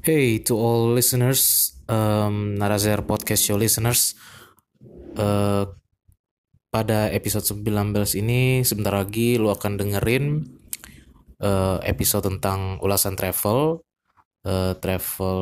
Hey to all listeners, Narazer Podcast Show listeners. Eh, Pada episode 19 ini sebentar lagi lu akan dengerin episode tentang ulasan travel, travel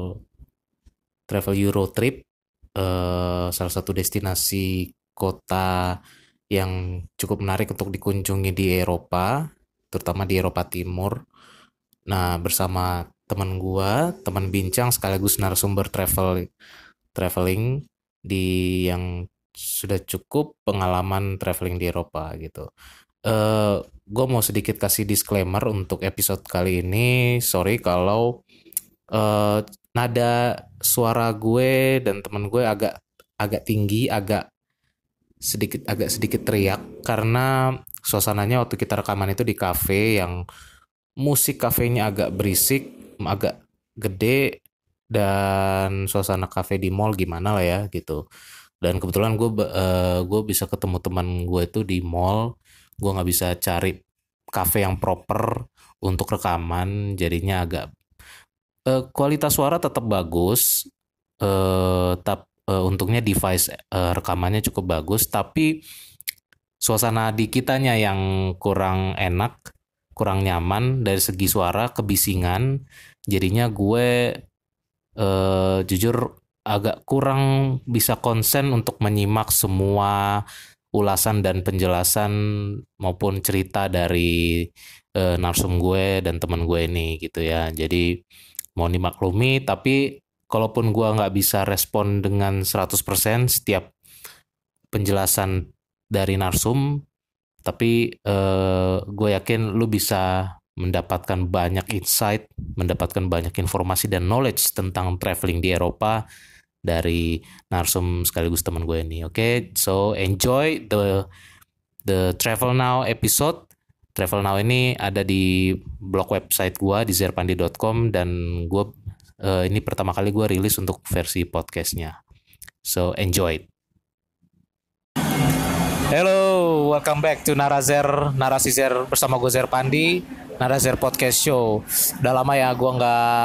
Euro trip, salah satu destinasi kota yang cukup menarik untuk dikunjungi di Eropa, terutama di Eropa Timur. Nah, bersama teman bincang sekaligus narasumber traveling yang sudah cukup pengalaman traveling di Eropa gitu. Gue mau sedikit kasih disclaimer untuk episode kali ini. Sorry kalau nada suara gue dan teman gue agak tinggi, agak sedikit teriak karena suasananya waktu kita rekaman itu di kafe yang musik kafenya agak berisik, agak gede, dan suasana kafe di mall gimana lah ya gitu. Dan kebetulan gue bisa ketemu teman gue itu di mall. Gue nggak bisa cari kafe yang proper untuk rekaman, jadinya agak kualitas suara tetap bagus. Untungnya device rekamannya cukup bagus, tapi suasana di kitanya yang kurang enak, kurang nyaman dari segi suara, kebisingan. Jadinya gue jujur agak kurang bisa konsen untuk menyimak semua ulasan dan penjelasan maupun cerita dari narsum gue dan teman gue ini gitu ya. Jadi mohon dimaklumi, tapi kalaupun gue nggak bisa respon dengan 100% setiap penjelasan dari narsum, tapi gue yakin lu bisa mendapatkan banyak insight, mendapatkan banyak informasi dan knowledge tentang traveling di Eropa dari narsum sekaligus teman gue ini. Oke, so enjoy the Travel Now episode. Travel Now ini ada di blog website gue di zerpandi.com, dan gue ini pertama kali gue rilis untuk versi podcastnya. So enjoy. Hello, welcome back to Narasi Zer bersama gue Zer Pandi, Narazer Podcast Show. Udah lama ya gue nggak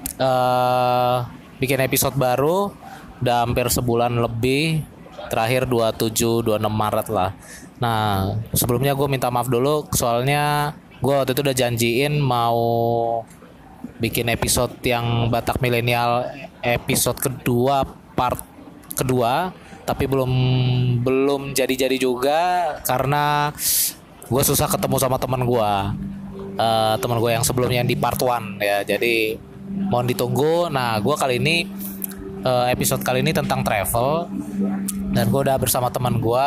bikin episode baru, udah hampir sebulan lebih, terakhir 27-26 Maret lah. Nah, sebelumnya gue minta maaf dulu, soalnya gue waktu itu udah janjiin mau bikin episode yang Batak Milenial episode kedua, part kedua, tapi belum jadi juga karena gue susah ketemu sama teman gue yang sebelumnya di part 1 ya. Jadi mohon ditunggu. Nah, gue kali ini episode kali ini tentang travel, dan gue udah bersama teman gue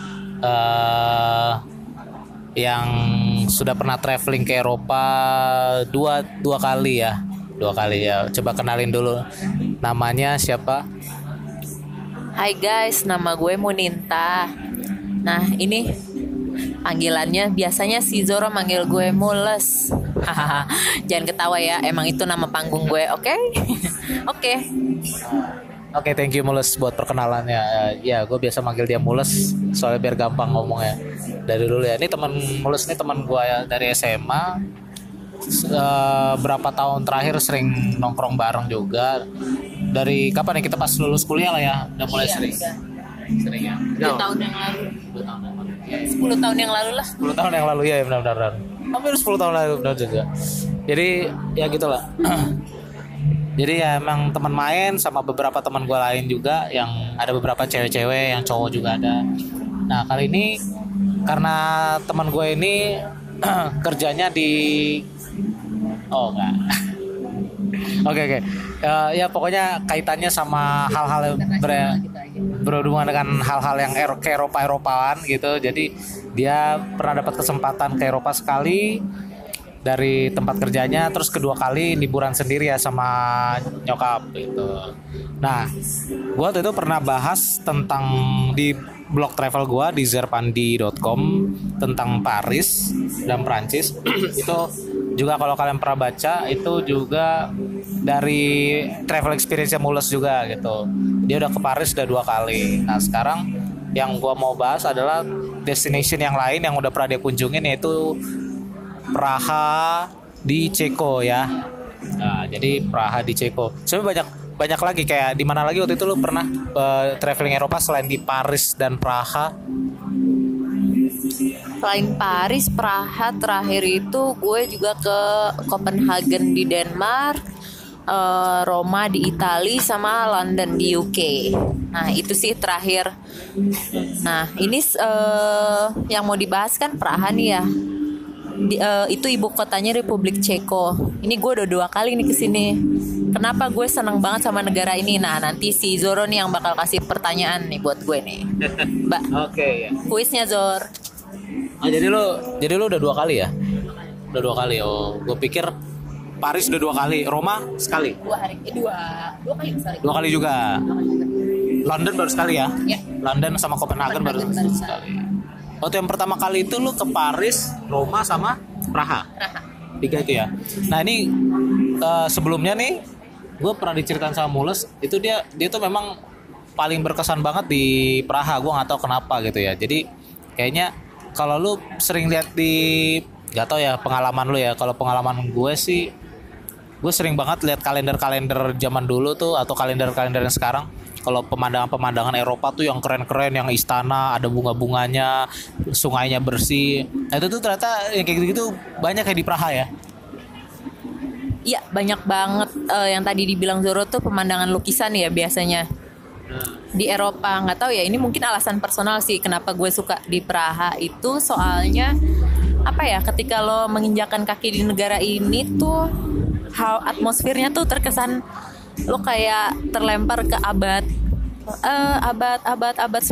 yang sudah pernah traveling ke Eropa dua kali ya. Coba kenalin dulu, namanya siapa? Hai guys, nama gue Muninta. Nah, ini panggilannya biasanya si Zoro manggil gue Mules. Jangan ketawa ya, emang itu nama panggung gue, oke? Oke. Oke, thank you Mules buat perkenalannya. Ya, gue biasa manggil dia Mules soalnya biar gampang ngomongnya. Dari dulu ya. Ini teman Mules, ini teman gue ya dari SMA. Berapa tahun terakhir sering nongkrong bareng juga. Dari kapan ya, kita pas lulus kuliah lah ya, udah mulai sering ya. 2 tahun yang lalu. 10 tahun yang lalu lah. 10 tahun yang lalu ya, benar-benar. Hampir 10 tahun lalu benar juga. Jadi ya gitulah. Jadi ya emang teman main sama beberapa teman gue lain juga, yang ada beberapa cewek-cewek, yang cowok juga ada. Nah, kali ini karena teman gue ini kerjanya di enggak. Oke. Ya pokoknya kaitannya sama hal-hal yang berhubungan dengan hal-hal yang ke Eropa-Eropaan gitu. Jadi dia pernah dapat kesempatan ke Eropa sekali dari tempat kerjanya, terus kedua kali liburan sendiri ya sama nyokap gitu. Nah, gue waktu itu pernah bahas tentang di blog travel gue di zerpandi.com tentang Paris dan Prancis. Itu juga kalau kalian pernah baca, itu juga dari travel experience-nya Mules juga gitu. Dia udah ke Paris udah 2 kali. Nah, sekarang yang gue mau bahas adalah destination yang lain yang udah pernah dia kunjungin, yaitu Praha di Ceko ya. Nah, jadi Praha di Ceko. Sebenarnya banyak lagi, kayak di mana lagi waktu itu lu pernah traveling Eropa selain di Paris dan Praha? Selain Paris, Praha, terakhir itu gue juga ke Copenhagen di Denmark, Roma di Italia, sama London di UK. Nah itu sih terakhir. Nah ini yang mau dibahas kan Praha nih ya. Itu ibu kotanya Republik Ceko. Ini gue udah 2 kali nih kesini. Kenapa gue seneng banget sama negara ini? Nah nanti si Zoro nih yang bakal kasih pertanyaan nih buat gue nih. Mbak. Oke ya. Kuisnya Zor. Jadi lu udah 2 kali ya? Udah 2 kali. Oh, gue pikir Paris udah 2 kali, Roma sekali. 2 kali sekali. 2 kali juga. London baru sekali ya? Ya. London sama Copenhagen baru sekali. Waktu yang pertama kali itu lu ke Paris, Roma sama Praha. 3 itu ya. Nah ini sebelumnya nih, gue pernah diceritain sama Mules, itu dia tuh memang paling berkesan banget di Praha. Gue nggak tahu kenapa gitu ya. Jadi kayaknya kalau lu sering lihat di, nggak tahu ya pengalaman lu ya. Kalau pengalaman gue sih, gue sering banget lihat kalender-kalender zaman dulu tuh atau kalender-kalender yang sekarang. Kalau pemandangan-pemandangan Eropa tuh yang keren-keren, yang istana ada bunga-bunganya, sungainya bersih. Nah itu tuh ternyata yang kayak gitu banyak kayak di Praha ya. Iya banyak banget. Yang tadi dibilang Zoro tuh pemandangan lukisan ya biasanya di Eropa. Nggak tahu ya, ini mungkin alasan personal sih kenapa gue suka di Praha itu, soalnya apa ya, ketika lo menginjakan kaki di negara ini tuh atmosfernya tuh terkesan lo kayak terlempar ke abad 10, 12,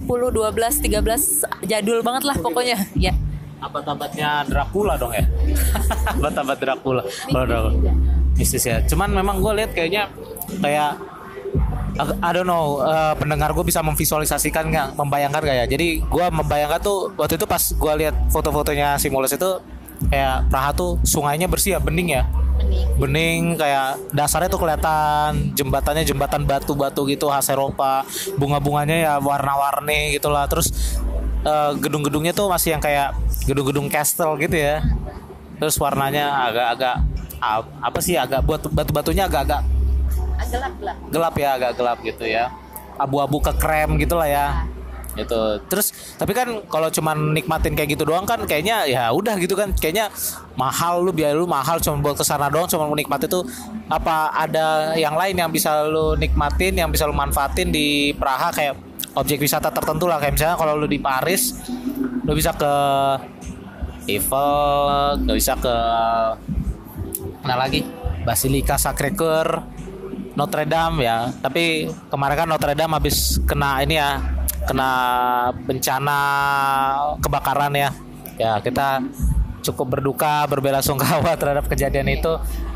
13, jadul banget lah pokoknya ya. Abad-abadnya Dracula dong ya. Abad-abad Dracula. Kalau mistis ya. Cuman memang gue lihat kayaknya kayak I don't know, pendengar gue bisa memvisualisasikan nggak, membayangkan nggak ya. Jadi gue membayangkan tuh waktu itu pas gue lihat foto-fotonya Simules itu kayak Praha tuh sungainya bersih ya, bening ya. Bening, kayak dasarnya tuh kelihatan jembatannya jembatan batu-batu gitu khas Eropa, bunga-bunganya ya warna-warni gitulah. Terus gedung-gedungnya tuh masih yang kayak gedung-gedung castle gitu ya. Terus warnanya agak-agak apa sih, agak batu-batunya agak-agak gelap ya, agak gelap gitu ya, abu-abu ke krem gitulah ya. Gitu. Terus tapi kan kalau cuman nikmatin kayak gitu doang kan kayaknya ya udah gitu kan, kayaknya mahal, biaya lu mahal cuma buat kesana doang, cuma menikmati tuh. Apa ada yang lain yang bisa lu nikmatin, yang bisa lu manfaatin di Praha, kayak objek wisata tertentu lah, kayak misalnya kalau lu di Paris lu bisa ke Eiffel, lu bisa ke mana lagi, Basilika Sacré-Cœur, Notre Dame ya. Tapi kemarin kan Notre Dame habis kena ini ya, kena bencana kebakaran ya. Ya kita cukup berduka, berbelasungkawa terhadap kejadian itu.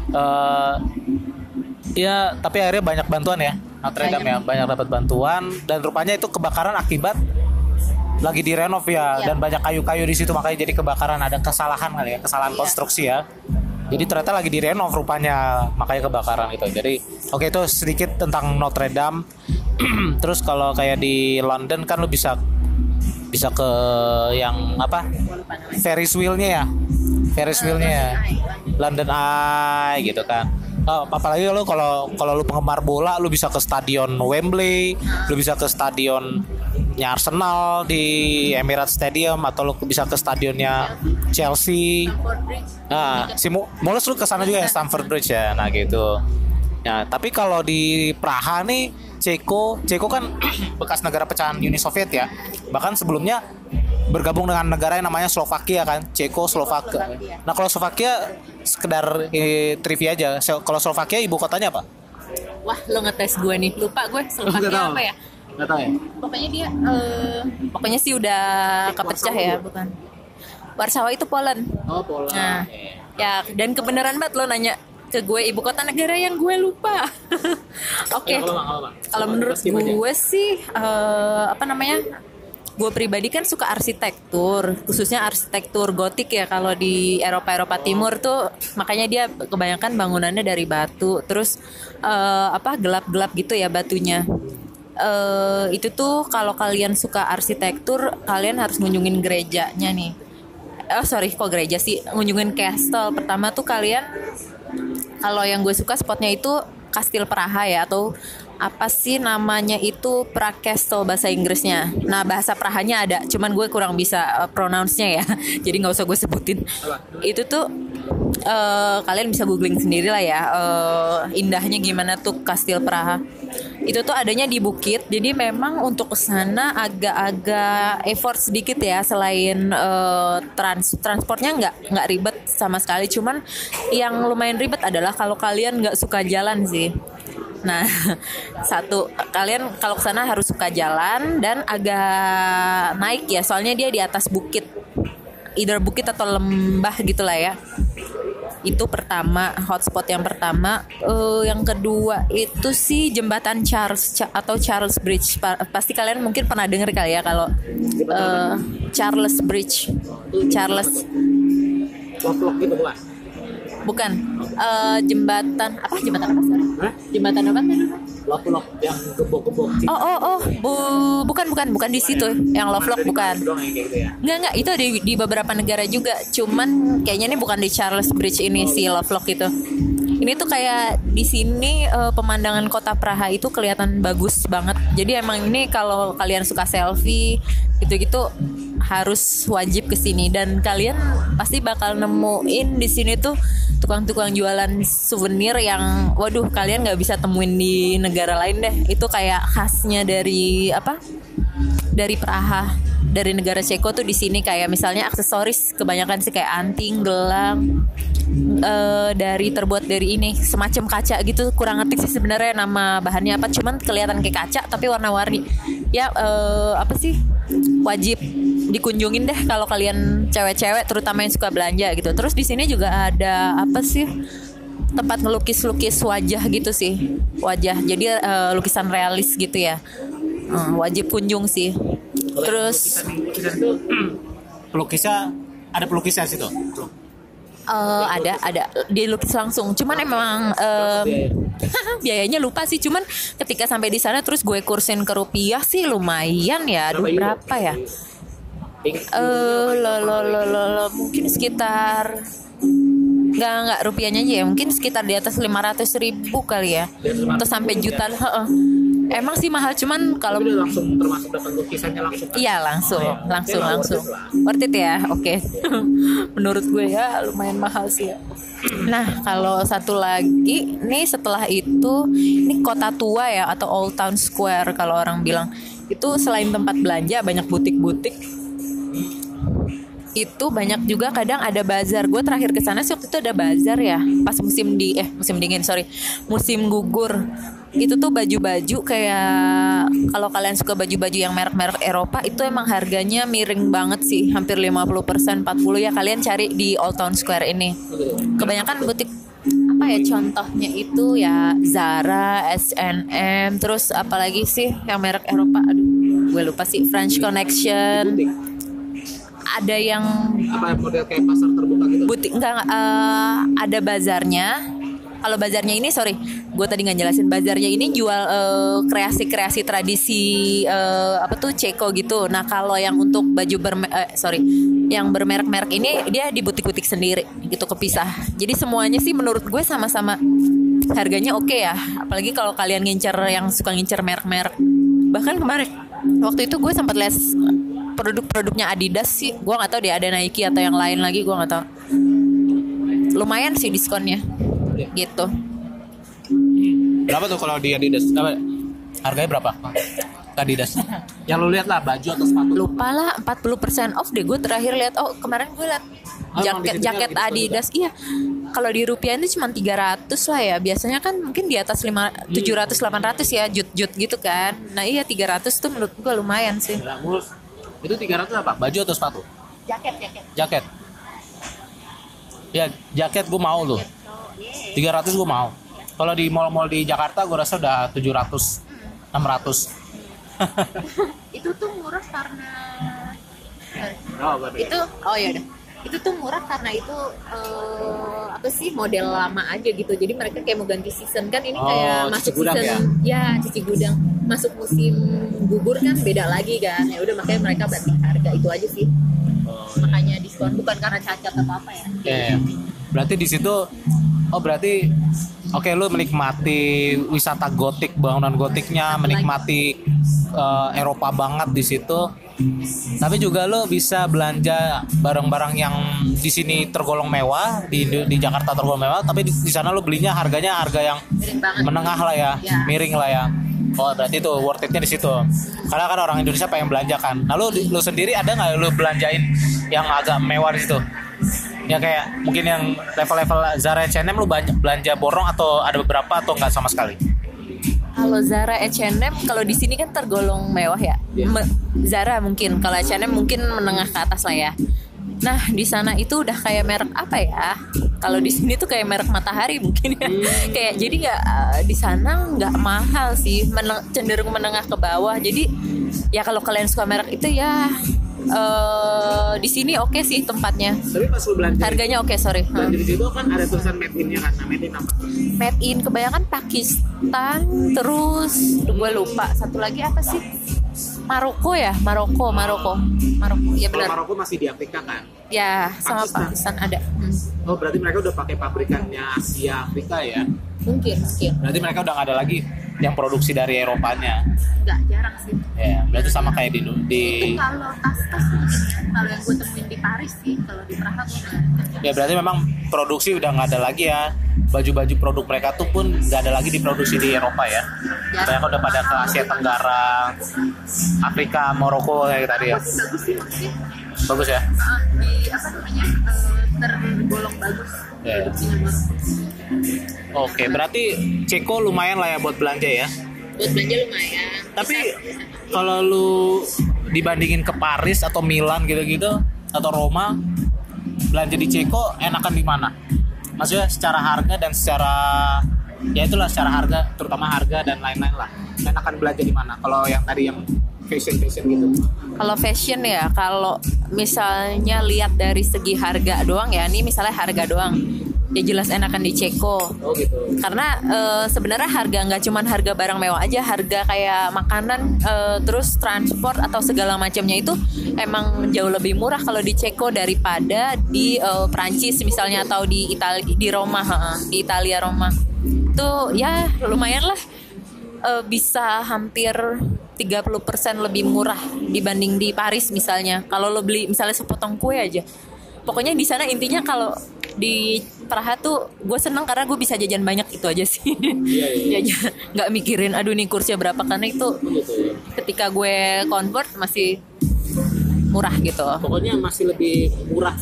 Ya tapi akhirnya banyak bantuan ya, Notre Dame ya, banyak dapat bantuan, dan rupanya itu kebakaran akibat lagi direnov ya, dan banyak kayu-kayu di situ makanya jadi kebakaran. Ada kesalahan kali ya, kesalahan konstruksi ya. Jadi ternyata lagi direnov rupanya, makanya kebakaran itu. Jadi oke, itu sedikit tentang Notre Dame. Terus kalau kayak di London kan lu bisa ke yang apa? Ferris wheel-nya ya. Ferris wheel-nya ya. London Eye gitu kan. Oh, apalagi lu kalau lu penggemar bola, lu bisa ke stadion Wembley, lu bisa ke stadionnya Arsenal di Emirates Stadium, atau lu bisa ke stadionnya Chelsea. Nah, Mules lu kesana juga ya, Stamford Bridge ya. Nah gitu. Nah, tapi kalau di Praha nih, Ceko kan bekas negara pecahan Uni Soviet ya. Bahkan sebelumnya bergabung dengan negara yang namanya Slovakia kan, Cekoslovakia. Nah kalau Slovakia sekedar trivia aja. Kalau Slovakia ibu kotanya apa? Wah, lo ngetes gue nih, lupa gue Slovakia apa ya? Nggak tahu ya. Pokoknya dia, pokoknya sih udah kepecah ya, bukan? Warsawa itu Poland. Oh Poland. Nah, ya dan kebenaran banget lo nanya ke gue ibu kota negara yang gue lupa. Oke. Kalau menurut gue sih apa namanya? Gue pribadi kan suka arsitektur, khususnya arsitektur gotik ya. Kalau di Eropa Timur tuh makanya dia kebanyakan bangunannya dari batu, terus apa gelap-gelap gitu ya batunya. Itu tuh kalau kalian suka arsitektur, kalian harus ngunjungin gerejanya nih. Sorry, kok gereja sih? Ngunjungin castle. Pertama tuh kalian Kalau yang gue suka spotnya itu Kastil Praha ya, atau apa sih namanya itu, Prakesto bahasa Inggrisnya. Nah bahasa Prahanya ada, cuman gue kurang bisa pronounce-nya ya, jadi nggak usah gue sebutin. Itu tuh kalian bisa googling sendiri lah ya, indahnya gimana tuh Kastil Praha. Itu tuh adanya di bukit, jadi memang untuk kesana agak-agak effort sedikit ya. Selain transportnya nggak ribet sama sekali, cuman yang lumayan ribet adalah kalau kalian nggak suka jalan sih. Nah, satu, kalian kalau kesana harus suka jalan dan agak naik ya, soalnya dia di atas bukit, either bukit atau lembah gitulah ya. Itu pertama, hotspot yang pertama. Yang kedua itu sih jembatan atau Charles Bridge. Pasti kalian mungkin pernah dengar kali ya kalau Charles Bridge. Charles. Gitu bukan? Bukan. Jembatan apa? Jembatan apa? Sorry. Jembatan apa? Lok yang gebok-gebok. Bukan di situ. Yang Lovelock bukan. Enggak, itu ada di beberapa negara juga. Cuman kayaknya ini bukan di Charles Bridge ini si Lovelock itu. Ini tuh kayak di sini pemandangan kota Praha itu kelihatan bagus banget. Jadi emang ini kalau kalian suka selfie gitu-gitu harus wajib ke sini, dan kalian pasti bakal nemuin di sini tuh tukang-tukang jualan souvenir yang waduh kalian nggak bisa temuin di negara lain deh. Itu kayak khasnya dari dari Praha, dari negara Ceko tuh di sini. Kayak misalnya aksesoris kebanyakan sih kayak anting, gelang, terbuat dari ini semacam kaca gitu. Kurang ngerti sih sebenarnya nama bahannya apa, cuman kelihatan kayak kaca tapi warna-warni ya. Wajib dikunjungin deh kalau kalian cewek-cewek terutama yang suka belanja gitu. Terus di sini juga ada tempat ngelukis-lukis wajah gitu sih, jadi lukisan realis gitu ya. Wajib kunjung sih. Terus lukisan itu ada pelukisnya situ. Ada dilukis langsung, cuman emang biayanya lupa sih. Cuman ketika sampai di sana terus gue kursin ke rupiah sih lumayan ya. Aduh berapa ya? Mungkin sekitar nggak rupiahnya aja ya, mungkin sekitar di atas 500.000 kali ya, atau sampai juta. Emang sih mahal, cuman kalau langsung termasuk dapat lukisannya langsung. Iya langsung. Worth it ya, oke. Menurut gue ya lumayan mahal sih ya. Nah kalau satu lagi nih setelah itu, ini kota tua ya atau Old Town Square kalau orang bilang. Itu selain tempat belanja banyak butik-butik, itu banyak juga kadang ada bazar. Gue terakhir ke sana sih waktu itu ada bazar ya, pas musim gugur. Itu tuh baju-baju kayak, kalau kalian suka baju-baju yang merek-merek Eropa itu emang harganya miring banget sih, hampir 50%, 40 ya. Kalian cari di Old Town Square ini. Kebanyakan butik apa ya, contohnya itu ya Zara, H&M, terus apalagi sih yang merek Eropa, aduh gue lupa sih, French Connection. Ada yang apa model kayak pasar terbuka gitu? Butik enggak, ada bazarnya. Kalau bazarnya ini, gue tadi nggak jelasin. Bazarnya ini jual kreasi-kreasi tradisi Ceko gitu. Nah kalau yang untuk baju yang bermerek-merek ini dia di butik-butik sendiri gitu, kepisah. Jadi semuanya sih menurut gue sama-sama harganya oke ya. Apalagi kalau kalian suka ngincer merek-merek. Bahkan kemarin waktu itu gue sempat les produk-produknya Adidas sih. Gue nggak tahu dia ada Nike atau yang lain lagi, gue nggak tahu. Lumayan sih diskonnya. Gitu. Berapa tuh kalau di Adidas? Harganya berapa? Adidas. Yang lu lihat lah, baju atau sepatu? Lupa lah, 40% off deh. Gue terakhir lihat. Kemarin gue lihat jaket Adidas. Iya. Kalau di rupiah itu cuma 300 lah ya. Biasanya kan mungkin di atas 700 800 ya, jut gitu kan. Nah, iya 300 tuh menurut gue lumayan sih. Itu 300 apa? Baju atau sepatu? Jaket. Ya, jaket gue mau loh. 300 gue mau. Kalau di mall-mall di Jakarta gue rasa udah 700 600. Itu tuh murah karena udah. Itu tuh murah karena itu model lama aja gitu. Jadi mereka kayak mau ganti season kan, ini kayak masuk gudang season ya, cuci gudang. Masuk musim gugur kan beda lagi kan. Ya udah makanya mereka banting harga, itu aja sih. Makanya diskon, bukan karena cacat atau apa ya. Berarti di situ Oh berarti oke, lu menikmati wisata gotik, bangunan gotiknya, menikmati Eropa banget di situ. Tapi juga lo bisa belanja barang-barang yang di sini tergolong mewah, di Jakarta tergolong mewah, tapi di sana lo belinya harganya harga yang menengah lah ya, miring lah ya. Oh berarti tuh worth it-nya di situ. Karena kan orang Indonesia pengen belanja kan. Nah lo sendiri ada nggak lo belanjain yang agak mewah di situ? Ya kayak mungkin yang level-level Zara, H&M lu banyak belanja borong atau ada beberapa atau enggak sama sekali? Kalau Zara, H&M kalau di sini kan tergolong mewah ya. Zara mungkin, kalau H&M mungkin menengah ke atas lah ya. Nah di sana itu udah kayak merek apa ya? Kalau di sini tuh kayak merek Matahari mungkin ya. Kayak jadi nggak di sana nggak mahal sih, cenderung menengah ke bawah. Jadi ya kalau kalian suka merek itu ya di sini oke sih tempatnya. Tapi pas lu belanja harganya oke, sorry. Belanja di situ kan ada tulisan made in-nya kan. Nah, made in apa? Made in kebanyakan Pakistan, terus gue lupa satu lagi apa sih? Maroko ya, Maroko ya benar. Kalau Maroko masih di Afrika kan? Ya, sama Pakistan ada. Oh berarti mereka udah pakai pabrikannya Asia Afrika ya? Mungkin. Berarti mereka udah nggak ada lagi yang produksi dari Eropanya. Nggak jarang sih. Ya, berarti sama kayak di Itu kalau tas-tas mungkin ya, kalau yang gue temuin di Paris sih, kalau di Praha gue nggak. Ya berarti memang produksi udah nggak ada lagi ya. Baju-baju produk mereka tuh pun nggak ada lagi diproduksi di Eropa ya. Mereka udah pada ke Asia Tenggara, Afrika, Maroko kayak tadi ya. Bagus sih maksudnya. Bagus ya. Di apa namanya tergolong bagus. Ya. Produksinya bagus. Oke, berarti Ceko lumayan lah ya buat belanja ya. Buat belanja lumayan. Tapi kalau lu dibandingin ke Paris atau Milan gitu-gitu atau Roma, belanja di Ceko enakan di mana? Maksudnya secara harga dan secara ya itulah secara harga, terutama harga dan lain-lain lah. Enakan belanja di mana? Kalau yang tadi yang fashion gitu. Kalau fashion ya, kalau misalnya lihat dari segi harga doang ya, ini misalnya harga doang, ya jelas enakan di Ceko. Oh gitu. Karena sebenarnya harga nggak cuma harga barang mewah aja, harga kayak makanan, terus transport atau segala macamnya itu emang jauh lebih murah kalau di Ceko daripada di Prancis misalnya atau di di Roma, di Italia Roma. Itu ya lumayan lah, bisa hampir 30% lebih murah dibanding di Paris misalnya. Kalau lo beli misalnya sepotong kue aja. Pokoknya di sana intinya kalau di Praha tuh gue seneng karena gue bisa jajan banyak, itu aja sih. Jajan, nggak mikirin aduh nih kursnya berapa, karena itu ketika gue convert masih murah gitu. Pokoknya masih lebih murah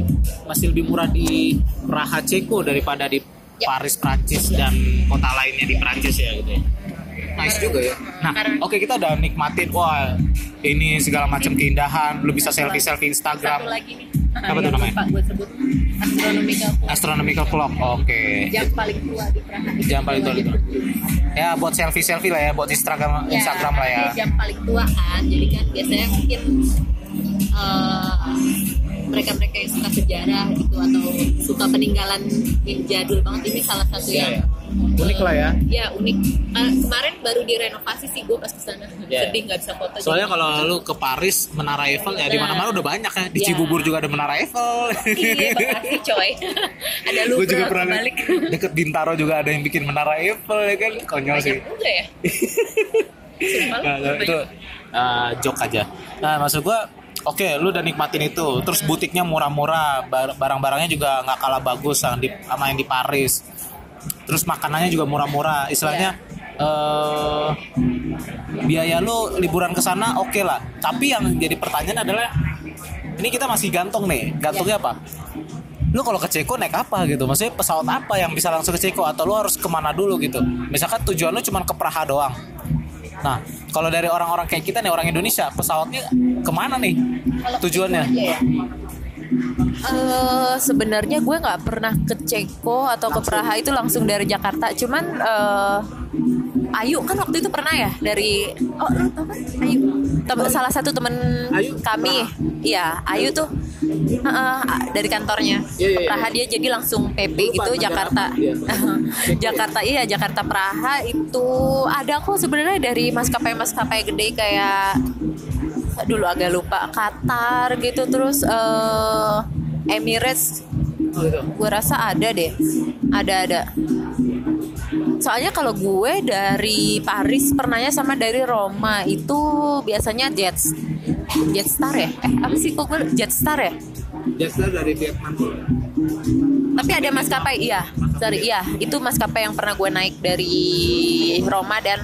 di Praha Ceko daripada di Paris Prancis dan kota lainnya di Prancis ya gitu ya. Nice juga ya. Nah, oke, kita udah nikmatin wah ini segala macam keindahan. Lu bisa selfie Instagram. Satu lagi nih. Apa tuh namanya? Gue sebut Astronomical clock. Oke. Jam paling tua di Praha. Jam paling tua. Ya buat selfie lah ya, buat Instagram lah ya. Jam paling tua kan. Jadi kan biasanya mungkin mereka-mereka yang suka sejarah gitu atau suka peninggalan yang jadul banget, ini salah satu yang unik lah ya. Ya unik. Kemarin baru direnovasi sih gue pas kesana. Sedih nggak bisa foto. Soalnya kalau lu ke Paris, Menara Eiffel ya di mana-mana udah banyak ya. Di Cibubur juga ada Menara Eiffel. Iya, Bekasi coy. Ada Louvre. Gue juga pernah deket Bintaro juga ada yang bikin Menara Eiffel ya kan. Konyol sih. Juga ya. Itu joke aja. Nah maksud gue, oke, lu udah nikmatin itu. Terus butiknya murah-murah, barang-barangnya juga nggak kalah bagus sama yang di Paris. Terus makanannya juga murah-murah. Istilahnya biaya lu liburan ke sana oke lah. Tapi yang jadi pertanyaan adalah, ini kita masih gantung nih. Gantungnya apa? Lu kalau ke Ceko naik apa gitu? Maksudnya pesawat apa yang bisa langsung ke Ceko? Atau lu harus kemana dulu gitu? Misalkan tujuan lu cuma ke Praha doang. Nah, kalau dari orang-orang kayak kita nih, orang Indonesia, pesawatnya kemana nih tujuannya? Sebenarnya gue nggak pernah ke Ceko atau ke Praha itu langsung dari Jakarta. Cuman Ayu kan waktu itu pernah ya dari lu tau kan Ayu? Salah satu temen kami. Iya, Ayu tuh dari kantornya Praha, dia jadi langsung PP gitu Jakarta. Jakarta Praha itu ada kok sebenarnya dari maskapai gede kayak dulu agak lupa, Qatar gitu, terus Emirates gitu. Gue rasa ada deh. Ada. Soalnya kalau gue dari Paris pernahnya sama dari Roma itu biasanya Jetstar ya? Apa sih kok gue Jetstar ya? Jetstar dari Vietnam. Tapi ada maskapai, iya. Itu maskapai yang pernah gue naik dari Roma dan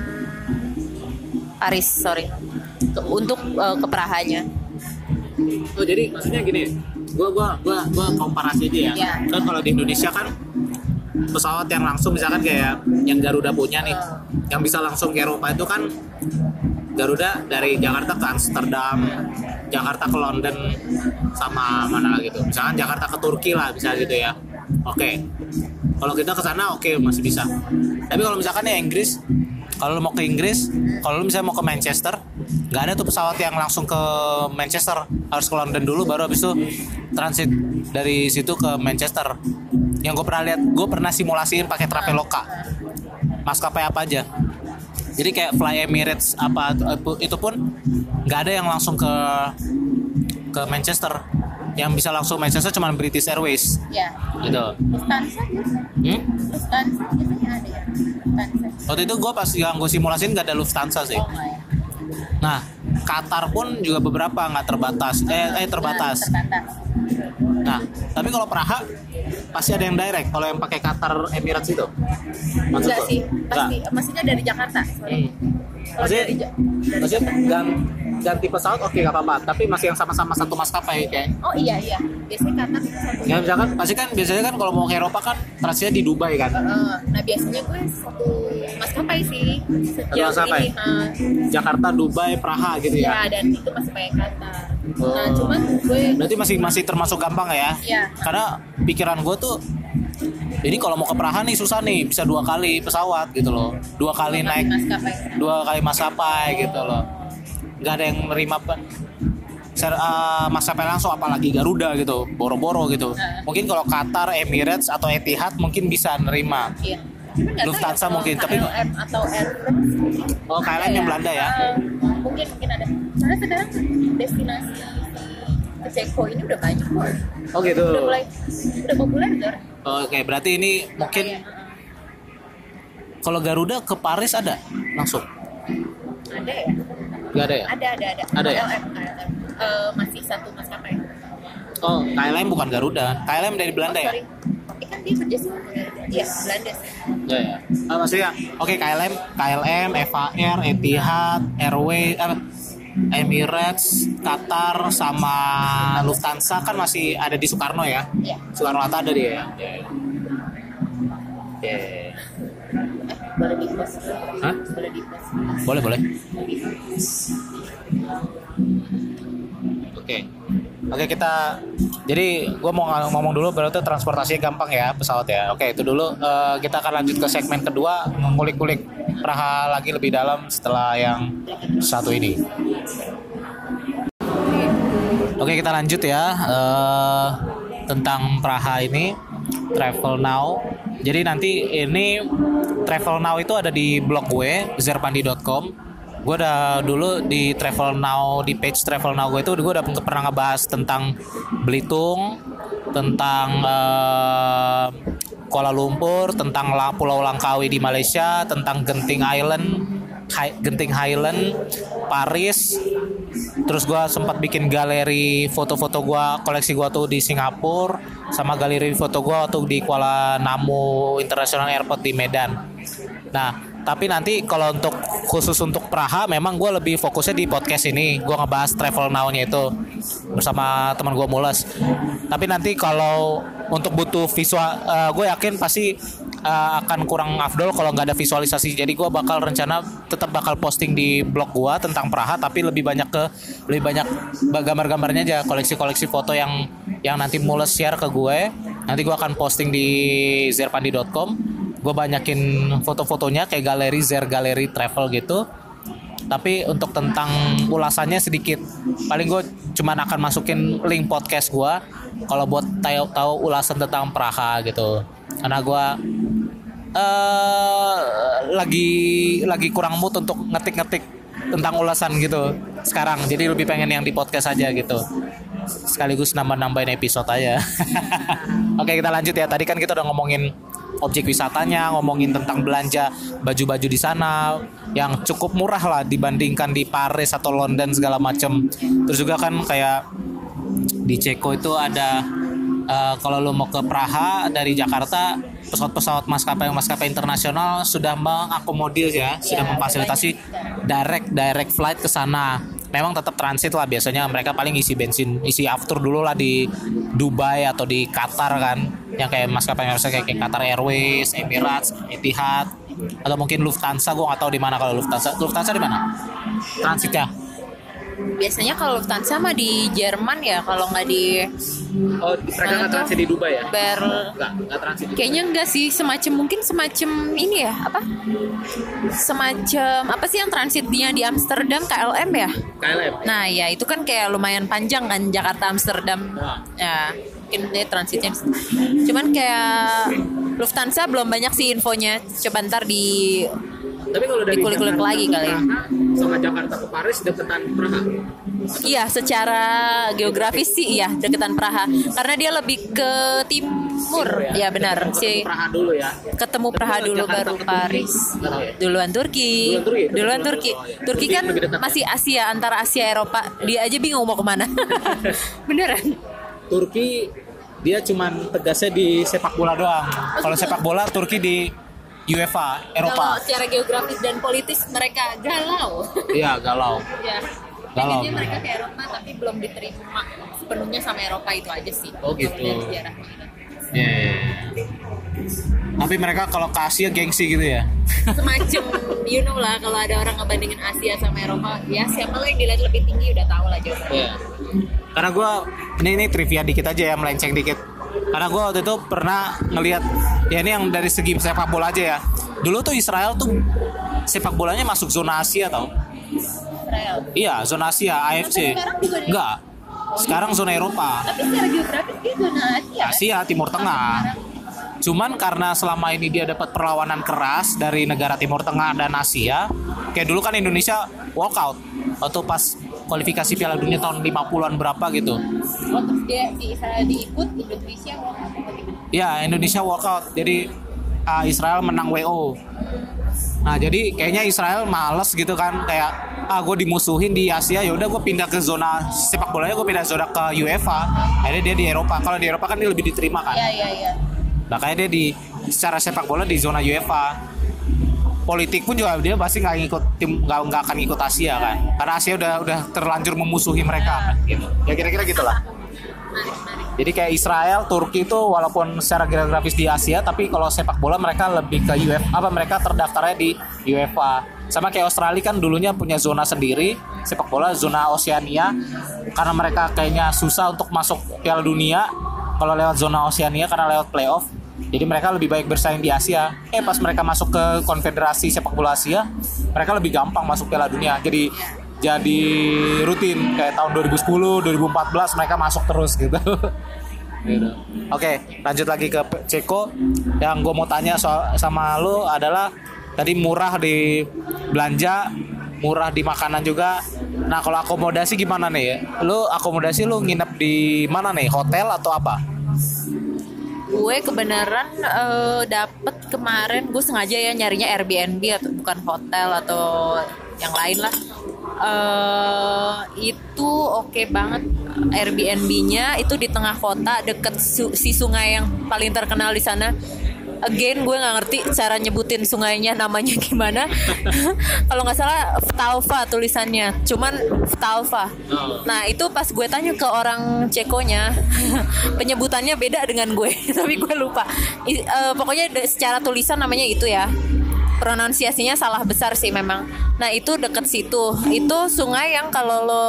Paris, untuk ke Prahanya. Oh jadi maksudnya gini, gua komparasi aja ya. Iya. Kan kalau di Indonesia kan pesawat yang langsung misalkan kayak yang Garuda punya nih, yang bisa langsung ke Eropa itu kan Garuda dari Jakarta ke Amsterdam, Jakarta ke London, sama mana lagi tuh. Misalkan Jakarta ke Turki lah, bisa gitu ya. Oke. Kalau kita ke sana oke, masih bisa. Tapi kalau misalkan ya Inggris, kalau lu mau ke Inggris, kalau lu misalnya mau ke Manchester, nggak ada tuh pesawat yang langsung ke Manchester, harus ke London dulu baru habis itu transit dari situ ke Manchester. Yang gue pernah lihat, gue pernah simulasiin pakai Traveloka, maskapai apa aja. Jadi kayak Fly Emirates apa itu pun nggak ada yang langsung ke Manchester. Yang bisa langsung Manchester cuma British Airways. Ya. Gitu. Lufthansa biasanya. Lufthansa biasanya ada ya. Lufthansa. Waktu itu gue pas yang gue simulasiin nggak ada Lufthansa sih. Oh, nggak ya. Nah, Qatar pun juga beberapa nggak terbatas. Terbatas. Nah, tapi kalau Praha pasti ada yang direct. Kalau yang pakai Qatar Emirates itu, Enggak tuh? sih, pasti. Nggak. Maksudnya dari Jakarta. Kalau Maksudnya ganti pesawat oke nggak apa-apa. Tapi masih yang sama-sama satu maskapai kayak. Oh iya. Biasanya Qatar itu satu. Ya misalkan pasti kan biasanya kan kalau mau ke Eropa kan transitnya di Dubai kan. Nah biasanya gue satu maskapai sih. Satu maskapai? Jakarta, Dubai, Praha gitu ya. Ya, dan itu masih pakai Qatar. Oh. Nah cuman gue Berarti masih termasuk gampang ya? Iya. Karena pikiran gue tuh ini kalau mau ke Praha nih susah nih, bisa 2 kali pesawat gitu loh, 2 kali naik, maskapai. 2 kali maskapai gitu loh, nggak ada yang nerima maskapai langsung, apalagi Garuda gitu, boro-boro gitu. Mungkin kalau Qatar, Emirates atau Etihad mungkin bisa nerima. Iya. Cuman nggak tahu Lufthansa ya, mungkin, tapi KLM atau Air France. oh KLM yang Belanda ya. Mungkin ada. Soalnya sekarang destinasi ke Ceko ini udah banyak kok. Oh gitu. Udah populer kan? Oke, berarti ini mungkin kalau Garuda ke Paris ada langsung? Ada ya? Nggak ada ya? Ada. Ada ya? KLM. Masih satu maskapai. Oh, KLM bukan Garuda. KLM dari Belanda ya? Sorry. Tapi kan dia kerja sama Garuda. Iya, Belanda sih. Ya. Maksudnya, oke KLM, FAR, Etihad, Airways, Emirates, Qatar, sama Lufthansa kan masih ada di Soekarno ya? Iya. Soekarno-Hatta ada dia ya? Oke. Boleh di-post. Hah? Boleh di-post. Boleh. Oke, kita jadi gue mau ngomong dulu berarti transportasinya gampang ya pesawat ya. Oke, itu dulu. Kita akan lanjut ke segmen kedua, ngulik-ngulik Praha lagi lebih dalam setelah yang satu ini. Oke, kita lanjut ya tentang Praha ini, Travel Now. Jadi nanti ini Travel Now itu ada di blog gue zerpandi.com. Gue udah dulu di Travel Now, di page Travel Now gue itu gue udah pernah ngebahas tentang Belitung, tentang Kuala Lumpur, tentang Pulau Langkawi di Malaysia, tentang Genting Highland, Paris. Terus gue sempat bikin galeri foto-foto gue, koleksi gue tuh di Singapura, sama galeri foto gue tuh di Kuala Namu International Airport di Medan. Nah, tapi nanti kalau untuk khusus untuk Praha memang gue lebih fokusnya di podcast ini. Gue ngebahas Travel Now-nya itu bersama teman gue Mules. Tapi nanti kalau untuk butuh visual, gue yakin pasti akan kurang afdol kalau nggak ada visualisasi. Jadi gue tetap bakal posting di blog gue tentang Praha, tapi lebih banyak gambar-gambarnya aja, koleksi-koleksi foto yang nanti Mules share ke gue. Nanti gue akan posting di zerpandi.com. Gue banyakin foto-fotonya kayak galeri Galeri Travel gitu. Tapi untuk tentang ulasannya sedikit. Paling gue cuman akan masukin link podcast gue kalau buat tahu ulasan tentang Praha gitu. Karena gue lagi kurang mood untuk ngetik tentang ulasan gitu sekarang. Jadi lebih pengen yang di podcast aja gitu. sekaligus nambah-nambahin episode aja. Oke, kita lanjut ya. Tadi kan kita udah ngomongin objek wisatanya, ngomongin tentang belanja baju-baju di sana yang cukup murah lah dibandingkan di Paris atau London segala macam. Terus juga kan kayak di Ceko itu ada kalau lo mau ke Praha dari Jakarta, pesawat-pesawat maskapai internasional sudah mengakomodir ya, sudah memfasilitasi direct flight ke sana. Memang tetap transit lah, biasanya mereka paling isi bensin, isi after dulu lah di Dubai atau di Qatar kan, yang kayak maskapai kayak Qatar Airways, Emirates, Etihad, atau mungkin Lufthansa. Gue nggak tahu di mana kalau Lufthansa di mana transitnya. Biasanya kalau Lufthansa mah di Jerman ya, kalau nggak di Mereka nggak transit di Dubai ya? Nggak transit. Kayaknya enggak sih, mungkin semacam ini ya, semacam apa sih yang transitnya di Amsterdam, KLM ya? KLM. Nah ya itu kan kayak lumayan panjang kan, Jakarta Amsterdam. Ya mungkin dia transitnya. Cuman kayak Lufthansa belum banyak sih infonya. Coba ntar Tapi kalau dari dikulik-kulik lagi kali ya. Sama Jakarta ke Paris deketan Praha. Iya, secara geografis sih iya deketan Praha. Karena dia lebih ke timur. Ya benar sih. Praha dulu ya. Ketemu Praha dulu baru Paris. Duluan Turki. Turki kan masih Asia, antara Asia Eropa. Dia aja bingung mau kemana. Beneran. Turki dia cuman tegasnya di sepak bola doang. Kalau sepak bola Turki di UEFA Eropa. Kalau secara geografis dan politis mereka galau. Iya, galau. Ya. Galau. Jadi mereka ke Eropa tapi belum diterima sepenuhnya sama Eropa, itu aja sih. Oh gitu. Dari sejarahnya. Yeah. Tapi mereka kalau ke Asia gengsi gitu ya. Semacam you know lah, kalau ada orang ngebandingin Asia sama Eropa, ya siapa lah yang dilihat lebih tinggi udah tahu lah jawabannya. Yeah. Karena gue ini trivia dikit aja ya, melenceng dikit. Karena gue waktu itu pernah ngelihat, ya ini yang dari segi sepak bola aja ya. Dulu tuh Israel tuh sepak bolanya masuk zona Asia tau. Israel. Iya, zona Asia, AFC. Enggak. Sekarang zona Eropa. Tapi secara geografis dia zona Asia. Asia, Timur Tengah. Cuman karena selama ini dia dapat perlawanan keras dari negara Timur Tengah dan Asia, kayak dulu kan Indonesia walkout waktu pas kualifikasi Piala Dunia tahun 50-an berapa gitu. Oh, terus dia si Israel diikut, Indonesia walkout. Ya, Indonesia walkout. Jadi Israel menang WO. Nah, jadi kayaknya Israel males gitu kan, kayak gue dimusuhin di Asia, ya udah gue pindah ke zona sepak bolanya, gue pindah zona ke UEFA. Akhirnya dia di Eropa. Kalau di Eropa kan dia lebih diterima kan. Iya. Makanya dia secara sepak bola di zona UEFA. Politik pun juga dia pasti nggak akan ikut Asia kan, karena Asia udah terlanjur memusuhi mereka kan, gitu. Ya kira-kira gitulah. Jadi kayak Israel, Turki itu walaupun secara geografis di Asia, tapi kalau sepak bola mereka lebih ke UEFA, mereka terdaftarnya di UEFA. Sama kayak Australia kan dulunya punya zona sendiri sepak bola, zona Oceania, karena mereka kayaknya susah untuk masuk Piala Dunia kalau lewat zona Oceania karena lewat playoff. Jadi mereka lebih baik bersaing di Asia. Pas mereka masuk ke Konfederasi Sepak Bola Asia, mereka lebih gampang masuk Piala Dunia. Jadi rutin kayak tahun 2010, 2014 mereka masuk terus gitu. Oke, lanjut lagi ke Ceko. Yang gue mau tanya sama lo adalah tadi murah di belanja, murah di makanan juga. Nah, kalau akomodasi gimana nih? Lo nginep di mana nih? Hotel atau apa? Gue kebenaran dapet kemarin, gue sengaja ya nyarinya Airbnb atau bukan hotel atau yang lain lah. Itu oke banget. Airbnb-nya itu di tengah kota, deket si sungai yang paling terkenal di sana. Again, gue nggak ngerti cara nyebutin sungainya namanya gimana. Kalau nggak salah Vltava tulisannya, cuman Vltava. Nah itu pas gue tanya ke orang Cekonya, penyebutannya beda dengan gue, tapi gue lupa. Pokoknya secara tulisan namanya itu ya. Pronunciasinya salah besar sih memang. Nah itu deket situ. Itu sungai yang kalau lo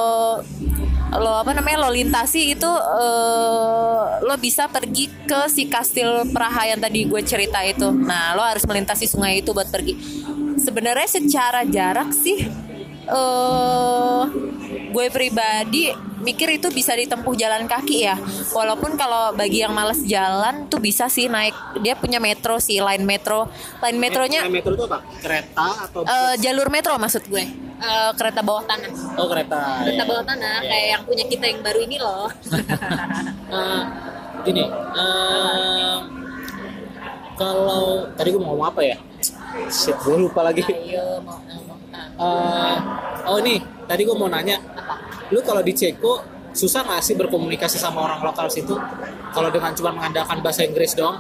lintasi itu lo bisa pergi ke si kastil Praha yang tadi gue cerita itu. Nah lo harus melintasi sungai itu buat pergi. Sebenarnya secara jarak sih gue pribadi mikir itu bisa ditempuh jalan kaki ya. Walaupun kalau bagi yang males jalan tuh bisa sih naik. Dia punya metro sih, line metro. Line metronya metro itu apa? Kereta atau jalur metro maksud gue. Kereta bawah tanah. Oh, kereta. Kereta bawah tanah kayak yang punya kita yang baru ini loh. Gini, kalau tadi gue mau ngomong apa ya? Shit, gue lupa lagi. Ayo mau Oh ini, tadi gue mau nanya, lu kalau di Ceko susah nggak sih berkomunikasi sama orang lokal situ? Kalau dengan cuma mengandalkan bahasa Inggris doang?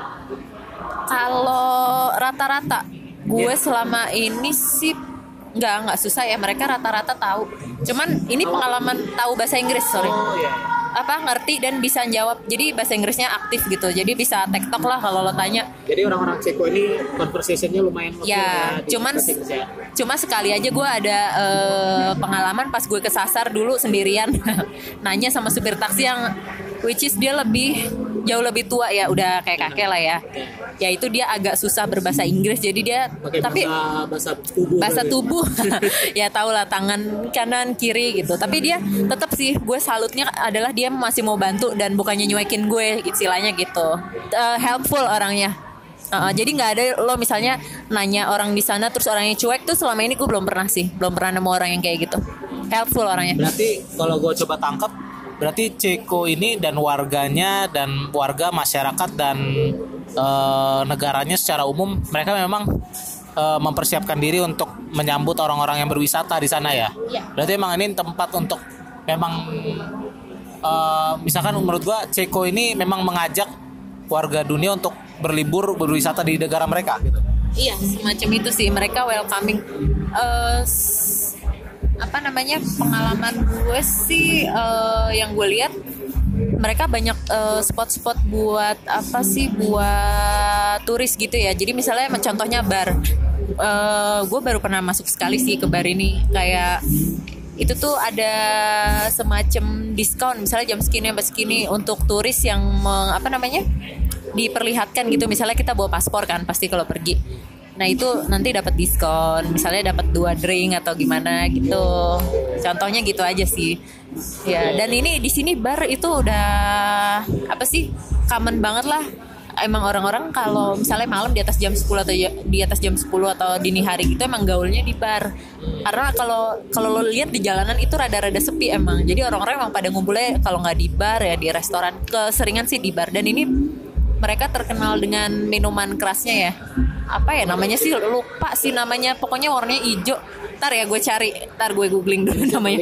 Kalau rata-rata gue selama ini sih nggak susah ya, mereka rata-rata tahu. Cuman ini pengalaman tahu bahasa Inggris, sorry. Oh iya. Ngerti dan bisa jawab. Jadi bahasa Inggrisnya aktif gitu. Jadi bisa tektok lah kalau lo tanya. Jadi orang-orang Ceko ini conversation-nya lumayan ya. Cuma sekali aja gue ada pengalaman pas gue kesasar dulu sendirian nanya sama supir taksi yang which is dia jauh lebih tua ya, udah kayak kakek lah ya. Ya itu dia agak susah berbahasa Inggris, jadi dia pakai tapi bahasa tubuh ya tau lah, tangan kanan kiri gitu. Tapi dia tetap sih, gue salutnya adalah dia masih mau bantu dan bukannya nyuekin gue istilahnya gitu. Helpful orangnya. Jadi nggak ada lo misalnya nanya orang di sana terus orangnya cuek tuh, selama ini gue belum pernah nemu orang yang kayak gitu. Helpful orangnya. Berarti kalau gue coba tangkap, berarti Ceko ini dan warganya dan warga masyarakat dan negaranya secara umum, mereka memang mempersiapkan diri untuk menyambut orang-orang yang berwisata di sana ya. Iya. Berarti emang ini tempat untuk memang misalkan menurut gue Ceko ini memang mengajak warga dunia untuk berwisata di negara mereka gitu. Iya, semacam itu sih, mereka welcoming. Pengalaman gue sih yang gue lihat mereka banyak spot-spot buat turis gitu ya. Jadi misalnya contohnya bar, gue baru pernah masuk sekali sih ke bar ini. Kayak itu tuh ada semacam diskon, misalnya jam segini sampai segini untuk turis yang diperlihatkan gitu. Misalnya kita bawa paspor kan pasti kalau pergi. Nah itu nanti dapat diskon, misalnya dapat 2 drink atau gimana gitu. Contohnya gitu aja sih. Ya, dan ini di sini bar itu udah common banget lah. Emang orang-orang kalau misalnya malam di atas jam 10 atau dini hari gitu emang gaulnya di bar. Karena kalau lo lihat di jalanan itu rada-rada sepi emang. Jadi orang-orang emang pada ngumpulnya kalau nggak di bar ya di restoran. Keseringan sih di bar. Dan ini mereka terkenal dengan minuman kerasnya ya. Apa ya namanya sih, lupa sih namanya, pokoknya warnanya hijau. Ntar gue googling dulu namanya.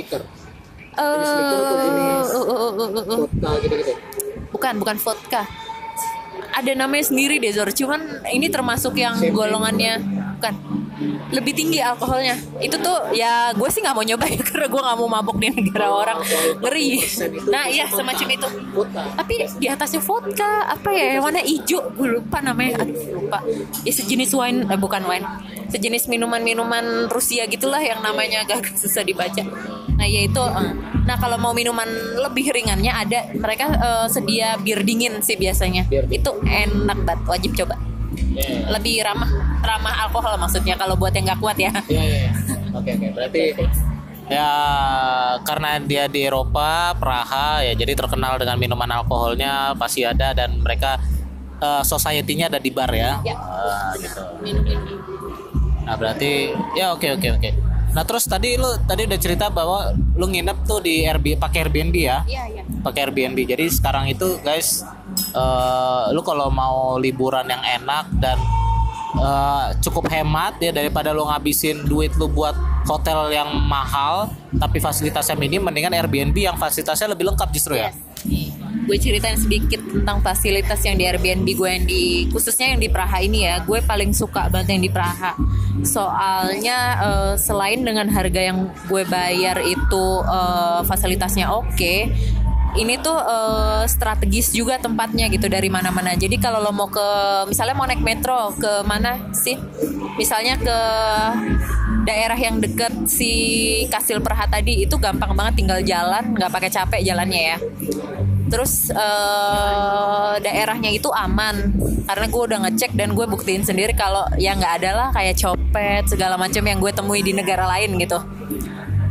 Vodka gitu-gitu. Bukan vodka. Ada namanya sendiri deh Zor. Cuman ini termasuk yang golongannya bukan, lebih tinggi alkoholnya. Itu tuh ya gue sih nggak mau nyoba ya karena gue nggak mau mabuk di negara orang, ngeri. Nah iya semacam itu. Tapi di atasnya vodka apa ya yang warna hijau, gue lupa namanya. Lupa. Ya sejenis wine, bukan wine. Sejenis minuman Rusia gitulah yang namanya agak susah dibaca. Nah ya itu. Nah kalau mau minuman lebih ringannya ada, mereka sedia bir dingin sih biasanya. Itu enak banget, wajib coba. Lebih ramah alkohol maksudnya kalau buat yang nggak kuat ya. Iya. Oke. Berarti ya karena dia di Eropa, Praha ya, jadi terkenal dengan minuman alkoholnya pasti ada, dan mereka society-nya ada di bar ya. Gitu. Minum ini. Nah berarti ya oke. Nah terus tadi udah cerita bahwa lu nginep tuh di pakai Airbnb ya? Iya. Pakai Airbnb. Jadi sekarang itu guys, lu kalau mau liburan yang enak dan cukup hemat ya, daripada lu ngabisin duit lu buat hotel yang mahal tapi fasilitasnya minim, mendingan Airbnb yang fasilitasnya lebih lengkap justru ya. Gue ceritain sedikit tentang fasilitas yang di Airbnb gue yang khususnya yang di Praha ini ya. Gue paling suka banget yang di Praha. Soalnya selain dengan harga yang gue bayar itu fasilitasnya oke, ini tuh strategis juga tempatnya gitu, dari mana-mana. Jadi kalau lo mau misalnya mau naik metro ke mana sih? Misalnya ke daerah yang deket si Kastil Praha tadi, itu gampang banget, tinggal jalan, nggak pakai capek jalannya ya. Terus daerahnya itu aman karena gue udah ngecek dan gue buktiin sendiri kalau ya nggak ada lah kayak copet segala macam yang gue temui di negara lain gitu.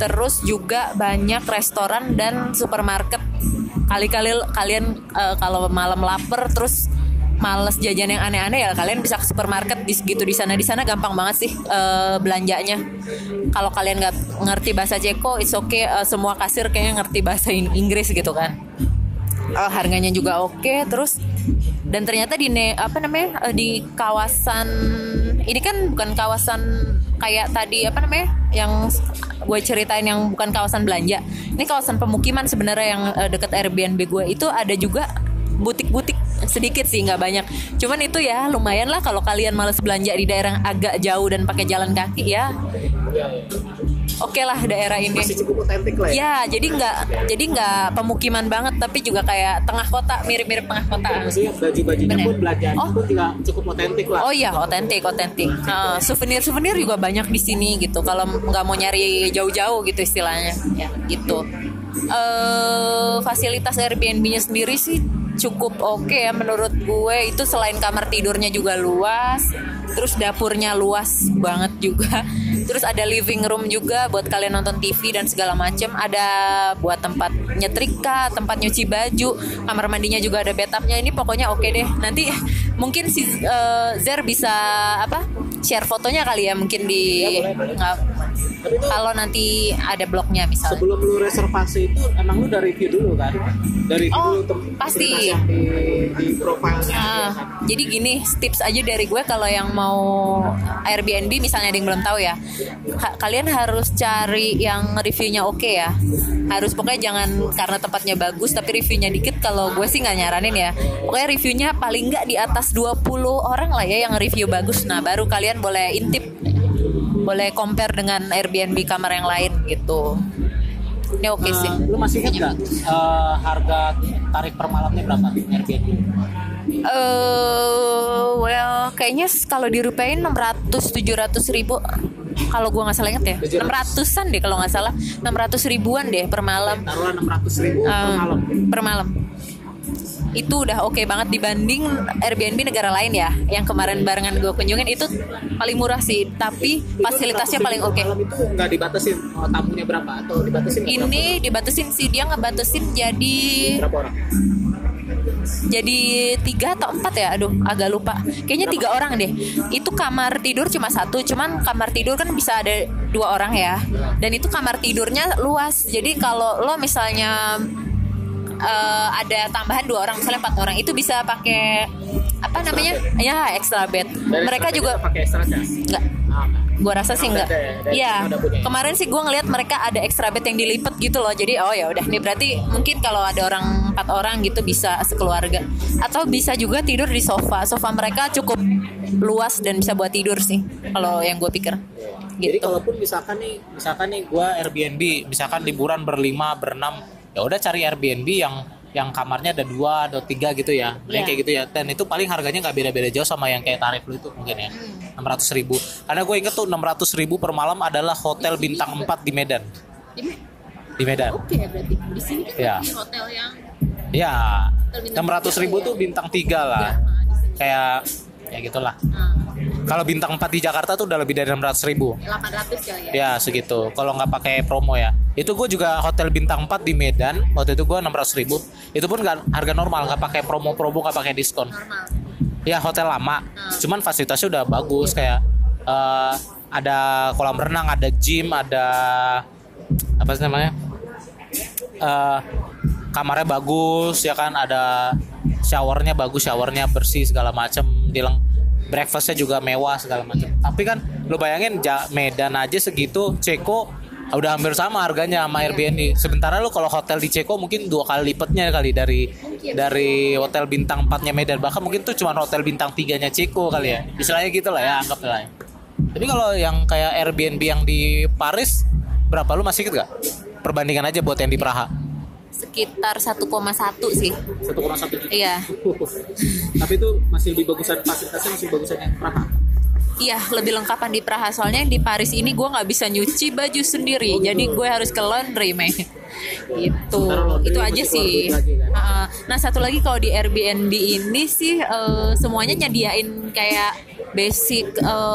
Terus juga banyak restoran dan supermarket. Kali-kali kalian kalau malam lapar terus males jajan yang aneh-aneh ya kalian bisa ke supermarket gitu di sana. Di sana gampang banget sih belanjanya. Kalau kalian nggak ngerti bahasa Ceko, it's okay. Semua kasir kayaknya ngerti bahasa Inggris gitu kan. Harganya juga oke. Terus dan ternyata di kawasan ini kan bukan kawasan kayak tadi yang gue ceritain yang bukan kawasan belanja. Ini kawasan pemukiman sebenarnya yang deket Airbnb gue itu ada juga butik-butik sedikit sih, nggak banyak. Cuman itu ya lumayan lah kalau kalian males belanja di daerah agak jauh dan pakai jalan kaki ya. Oke lah daerah ini. Masih cukup otentik lah ya. Jadi nggak pemukiman banget tapi juga kayak tengah kota, mirip-mirip tengah kota. Maksudnya baju-bajunya pun belanjaan pun juga cukup otentik lah. Oh iya otentik. Souvenir juga banyak di sini gitu. Kalau nggak mau nyari jauh-jauh gitu istilahnya, ya gitu. Fasilitas Airbnb-nya sendiri sih cukup oke ya menurut gue. Itu selain kamar tidurnya juga luas, terus dapurnya luas banget juga, terus ada living room juga buat kalian nonton TV dan segala macem. Ada buat tempat nyetrika, tempat nyuci baju, kamar mandinya juga ada bathtubnya. Ini pokoknya oke deh. Nanti mungkin si Zer bisa share fotonya kali ya mungkin di kalau nanti ada blognya misalnya. Sebelum lu reservasi itu emang lu udah review dulu kan? Dari dulu pasti di profilnya. Jadi gini, tips aja dari gue kalau yang mau Airbnb misalnya ada yang belum tahu ya, kalian harus cari yang reviewnya oke ya. Harus pokoknya jangan karena tempatnya bagus tapi reviewnya dikit. Kalau gue sih nggak nyaranin ya. Pokoknya reviewnya paling nggak di atas 20 orang lah ya yang review bagus. Nah baru kalian boleh intip, boleh compare dengan Airbnb kamar yang lain gitu. Ini oke sih. Lu masih ingat nggak harga tarif per malamnya berapa Airbnb? Kayaknya kalau dirupiahin 600-700 ribu. Kalau gue nggak salah inget ya, 600-an deh kalau nggak salah, 600 ribuan deh per malam. Taruhlah 600 ribu per malam. Itu udah oke banget dibanding Airbnb negara lain ya. Yang kemarin barengan gue kunjungin itu paling murah sih, tapi fasilitasnya paling oke. Malam itu nggak dibatasin tamunya berapa atau dibatasin? Ini dibatasin sih, dia ngebatasin jadi berapa orang? Jadi 3 atau 4 ya, aduh agak lupa. Kayaknya 3 orang deh. Itu kamar tidur cuma 1, cuman kamar tidur kan bisa ada 2 orang ya. Dan itu kamar tidurnya luas. Jadi kalau lo misalnya ada tambahan 2 orang, misalnya 4 orang, itu bisa pakai ya extra bed. Dan mereka juga pakai extra charge? Enggak. Gua rasa sih enggak. Iya. Kemarin sih gua ngeliat mereka ada extra bed yang dilipat gitu loh. Jadi ya udah nih berarti mungkin kalau ada orang 4 orang gitu bisa sekeluarga. Atau bisa juga tidur di sofa. Sofa mereka cukup luas dan bisa buat tidur sih kalau yang gue pikir. Gitu. Jadi kalaupun misalkan nih gua Airbnb, misalkan liburan berlima, berenam, ya udah cari Airbnb yang kamarnya ada 2 atau 3 gitu ya, kayak gitu ya. Dan itu paling harganya nggak beda-beda jauh sama yang kayak tarif lu itu mungkin ya, 600 ribu. Karena gue inget tuh 600 ribu per malam adalah hotel bintang 4 di Medan. Di Medan. Oke berarti di sini kan ya. Hotel yang ya 600 ribu tuh bintang 3 lah, kayak ya gitulah. Kalau bintang 4 di Jakarta tuh udah lebih dari 600 ribu. 800 kali ya. Ya segitu. Kalau nggak pakai promo ya. Itu gue juga hotel bintang 4 di Medan. Waktu itu gue 600 ribu. Itu pun nggak harga normal, nggak pakai promo-promo, nggak pakai diskon. Normal. Ya hotel lama. Cuman fasilitasnya udah bagus, kayak ada kolam renang, ada gym, ada apa sih namanya? Kamarnya bagus ya kan, ada showernya bagus, showernya bersih segala macam, breakfastnya juga mewah segala macam. Tapi kan lo bayangin Medan aja segitu, Ceko udah hampir sama harganya sama Airbnb. Sementara lo kalau hotel di Ceko mungkin 2 kali lipatnya kali dari hotel bintang 4-nya Medan. Bahkan mungkin tuh cuma hotel bintang 3-nya Ceko kali ya. Istilahnya gitu lah ya, anggap lah ya. Tapi kalau yang kayak Airbnb yang di Paris berapa, lu masih inget gak? Perbandingan aja buat yang di Praha. Sekitar 1,1 sih. 1,1 juta. Iya. Tapi itu masih lebih bagusan, fasilitasnya masih bagusan yang Praha. Iya, lebih lengkapan di Praha. Soalnya yang di Paris ini gue nggak bisa nyuci baju sendiri. Jadi gue harus ke laundry, Itu Sementara laundry itu masih aja keluar sih. duit lagi, kan? Nah satu lagi kalau di Airbnb ini sih semuanya nyediain kayak basic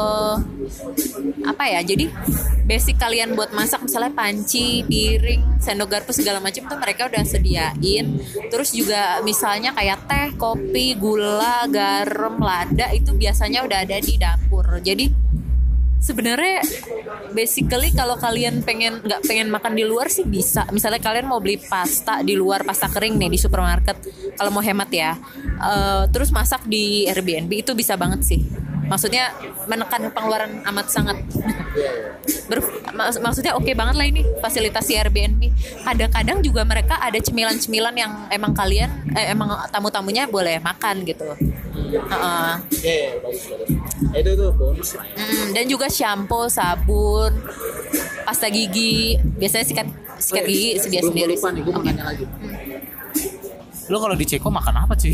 apa ya, jadi basic kalian buat masak, misalnya panci, piring, sendok garpu segala macam tuh mereka udah sediain. Terus juga misalnya kayak teh, kopi, gula, garam, lada itu biasanya udah ada di dapur. Jadi sebenarnya basically kalau kalian nggak pengen makan di luar sih bisa. Misalnya kalian mau beli pasta di luar, pasta kering nih di supermarket, kalau mau hemat ya, terus masak di Airbnb itu bisa banget sih. Maksudnya menekan pengeluaran amat sangat. Maksudnya oke banget lah ini fasilitas di Airbnb. Kadang-kadang juga mereka ada cemilan-cemilan yang emang kalian emang tamu-tamunya boleh makan gitu. Bagus. Itu tuh bonus lah. Dan juga shampoo, sabun, pasta gigi. Biasanya sikat gigi sendiri. Lupa nih, gue mau nanya lagi. Lo kalau di Ceko makan apa sih?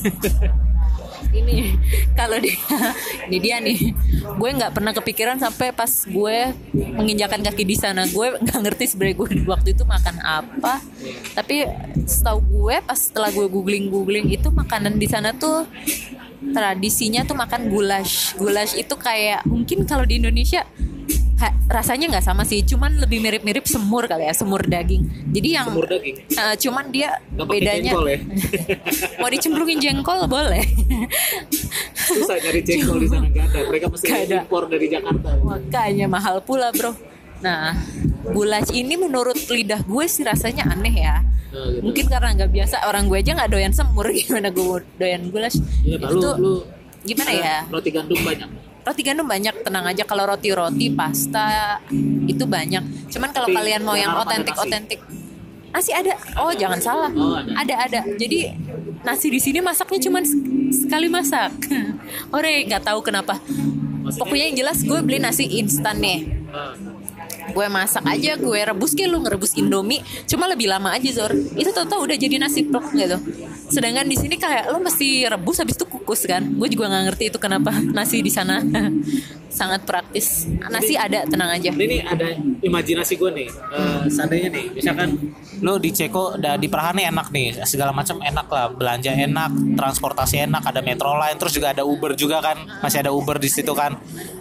Ini kalau ini dia nih, gue nggak pernah kepikiran sampai pas gue menginjakan kaki di sana. Gue nggak ngerti sebenarnya gue waktu itu makan apa, tapi setahu gue pas setelah gue googling itu makanan di sana tuh tradisinya tuh makan goulash itu kayak mungkin kalau di Indonesia rasanya nggak sama sih, cuman lebih mirip-mirip semur kali ya, semur daging. Jadi yang semur daging. Cuman dia Gak bedanya jengkol ya? mau dicemplungin jengkol boleh. Susah nyari jengkol di sana, nggak ada. Mereka mesti impor dari Jakarta. Makanya mahal pula bro. Nah goulash ini menurut lidah gue sih rasanya aneh ya. Gitu. Mungkin karena nggak biasa, orang gue aja nggak doyan semur, gimana gue doyan goulash. Iya, itu gimana ya? Roti gandum banyak. Roti gandum banyak, tenang aja. Kalau roti pasta itu banyak. Cuman kalau kalian mau yang otentik nasi ada. Oh jangan salah, ada. Jadi nasi di sini masaknya cuma sekali masak. Nggak tahu kenapa. Pokoknya yang jelas gue beli nasi instan nih. Gue masak aja, gue rebus kayak lu ngerebus Indomie, cuma lebih lama aja Zor. Itu tau udah jadi nasi plok gitu. Sedangkan di sini kayak lo mesti rebus habis itu kukus kan. Gue juga nggak ngerti itu kenapa nasi di sana sangat praktis. Nasi ada, tenang aja. Ini ada imajinasi gue nih. Seandainya nih, misalkan lo di Ceko di Praha nih enak nih, segala macam enak lah, belanja enak, transportasi enak, ada metro line, terus juga ada Uber juga kan, masih ada Uber di situ kan.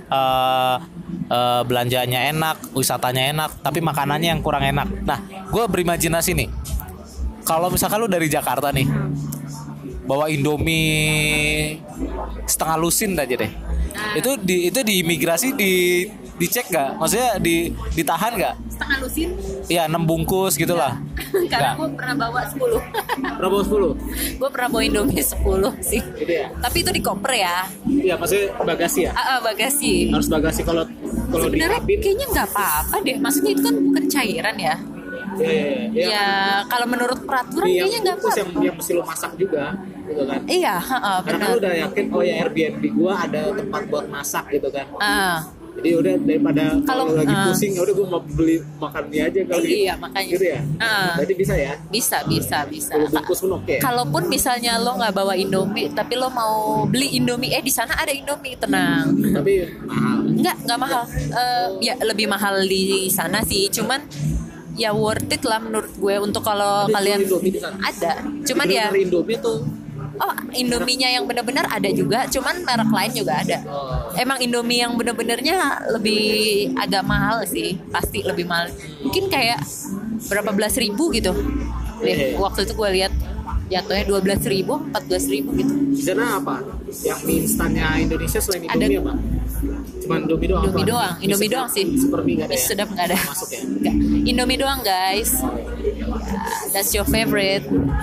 Belanjanya enak, wisatanya enak, tapi makanannya yang kurang enak. Nah, gue berimajinasi nih, kalau misalkan lu dari Jakarta nih, bawa Indomie setengah lusin aja deh, itu di imigrasi dicek nggak? Maksudnya ditahan nggak? Setengah lusin? Iya, 6 bungkus gitulah. Karena gue pernah bawa 10. Pernah bawa 10? Gue pernah bawa Indomie 10 sih. Gitu ya? Tapi itu di koper ya. Iya, maksudnya bagasi ya? Bagasi. Harus bagasi. Kalau di sebenarnya kabin kayaknya nggak apa-apa deh. Maksudnya itu kan bukan cairan ya. Iya. Ya kalau menurut peraturan kayaknya nggak apa-apa. Yang mesti lo masak juga, gitu kan? Iya, karena benar. kan lo udah yakin, oh ya Airbnb gua ada tempat buat masak gitu kan. Jadi udah daripada kalau lagi pusing, udah gue mau beli makan mie aja kali. Iya, makanya. Gitu ya. Berarti bisa ya? Bisa. 10 bungkus pun oke. Kalaupun misalnya lo nggak bawa Indomie, tapi lo mau beli Indomie, di sana ada Indomie, tenang. Tapi mahal. Nggak mahal. Ya lebih mahal di sana sih. Cuman ya worth it lah menurut gue untuk kalau kalian Indomie di sana? ada. Cuman Jadi ya. dari Indomie tuh. Indominya yang benar-benar ada juga, cuman merek lain juga ada. Emang Indomie yang benar-benarnya lebih agak mahal sih, pasti lebih mahal. Mungkin kayak berapa belas ribu gitu. Waktu itu gue lihat jatuhnya 12.000, 14.000 gitu. Di sana apa? Yang mie instannya Indonesia selain Indomie apa? Cuman Indomie doang. Indomie doang sih. Super mie nggak ada. Sedap nggak ada. Masuk ya. Nggak. Indomie doang guys. That's your favorite.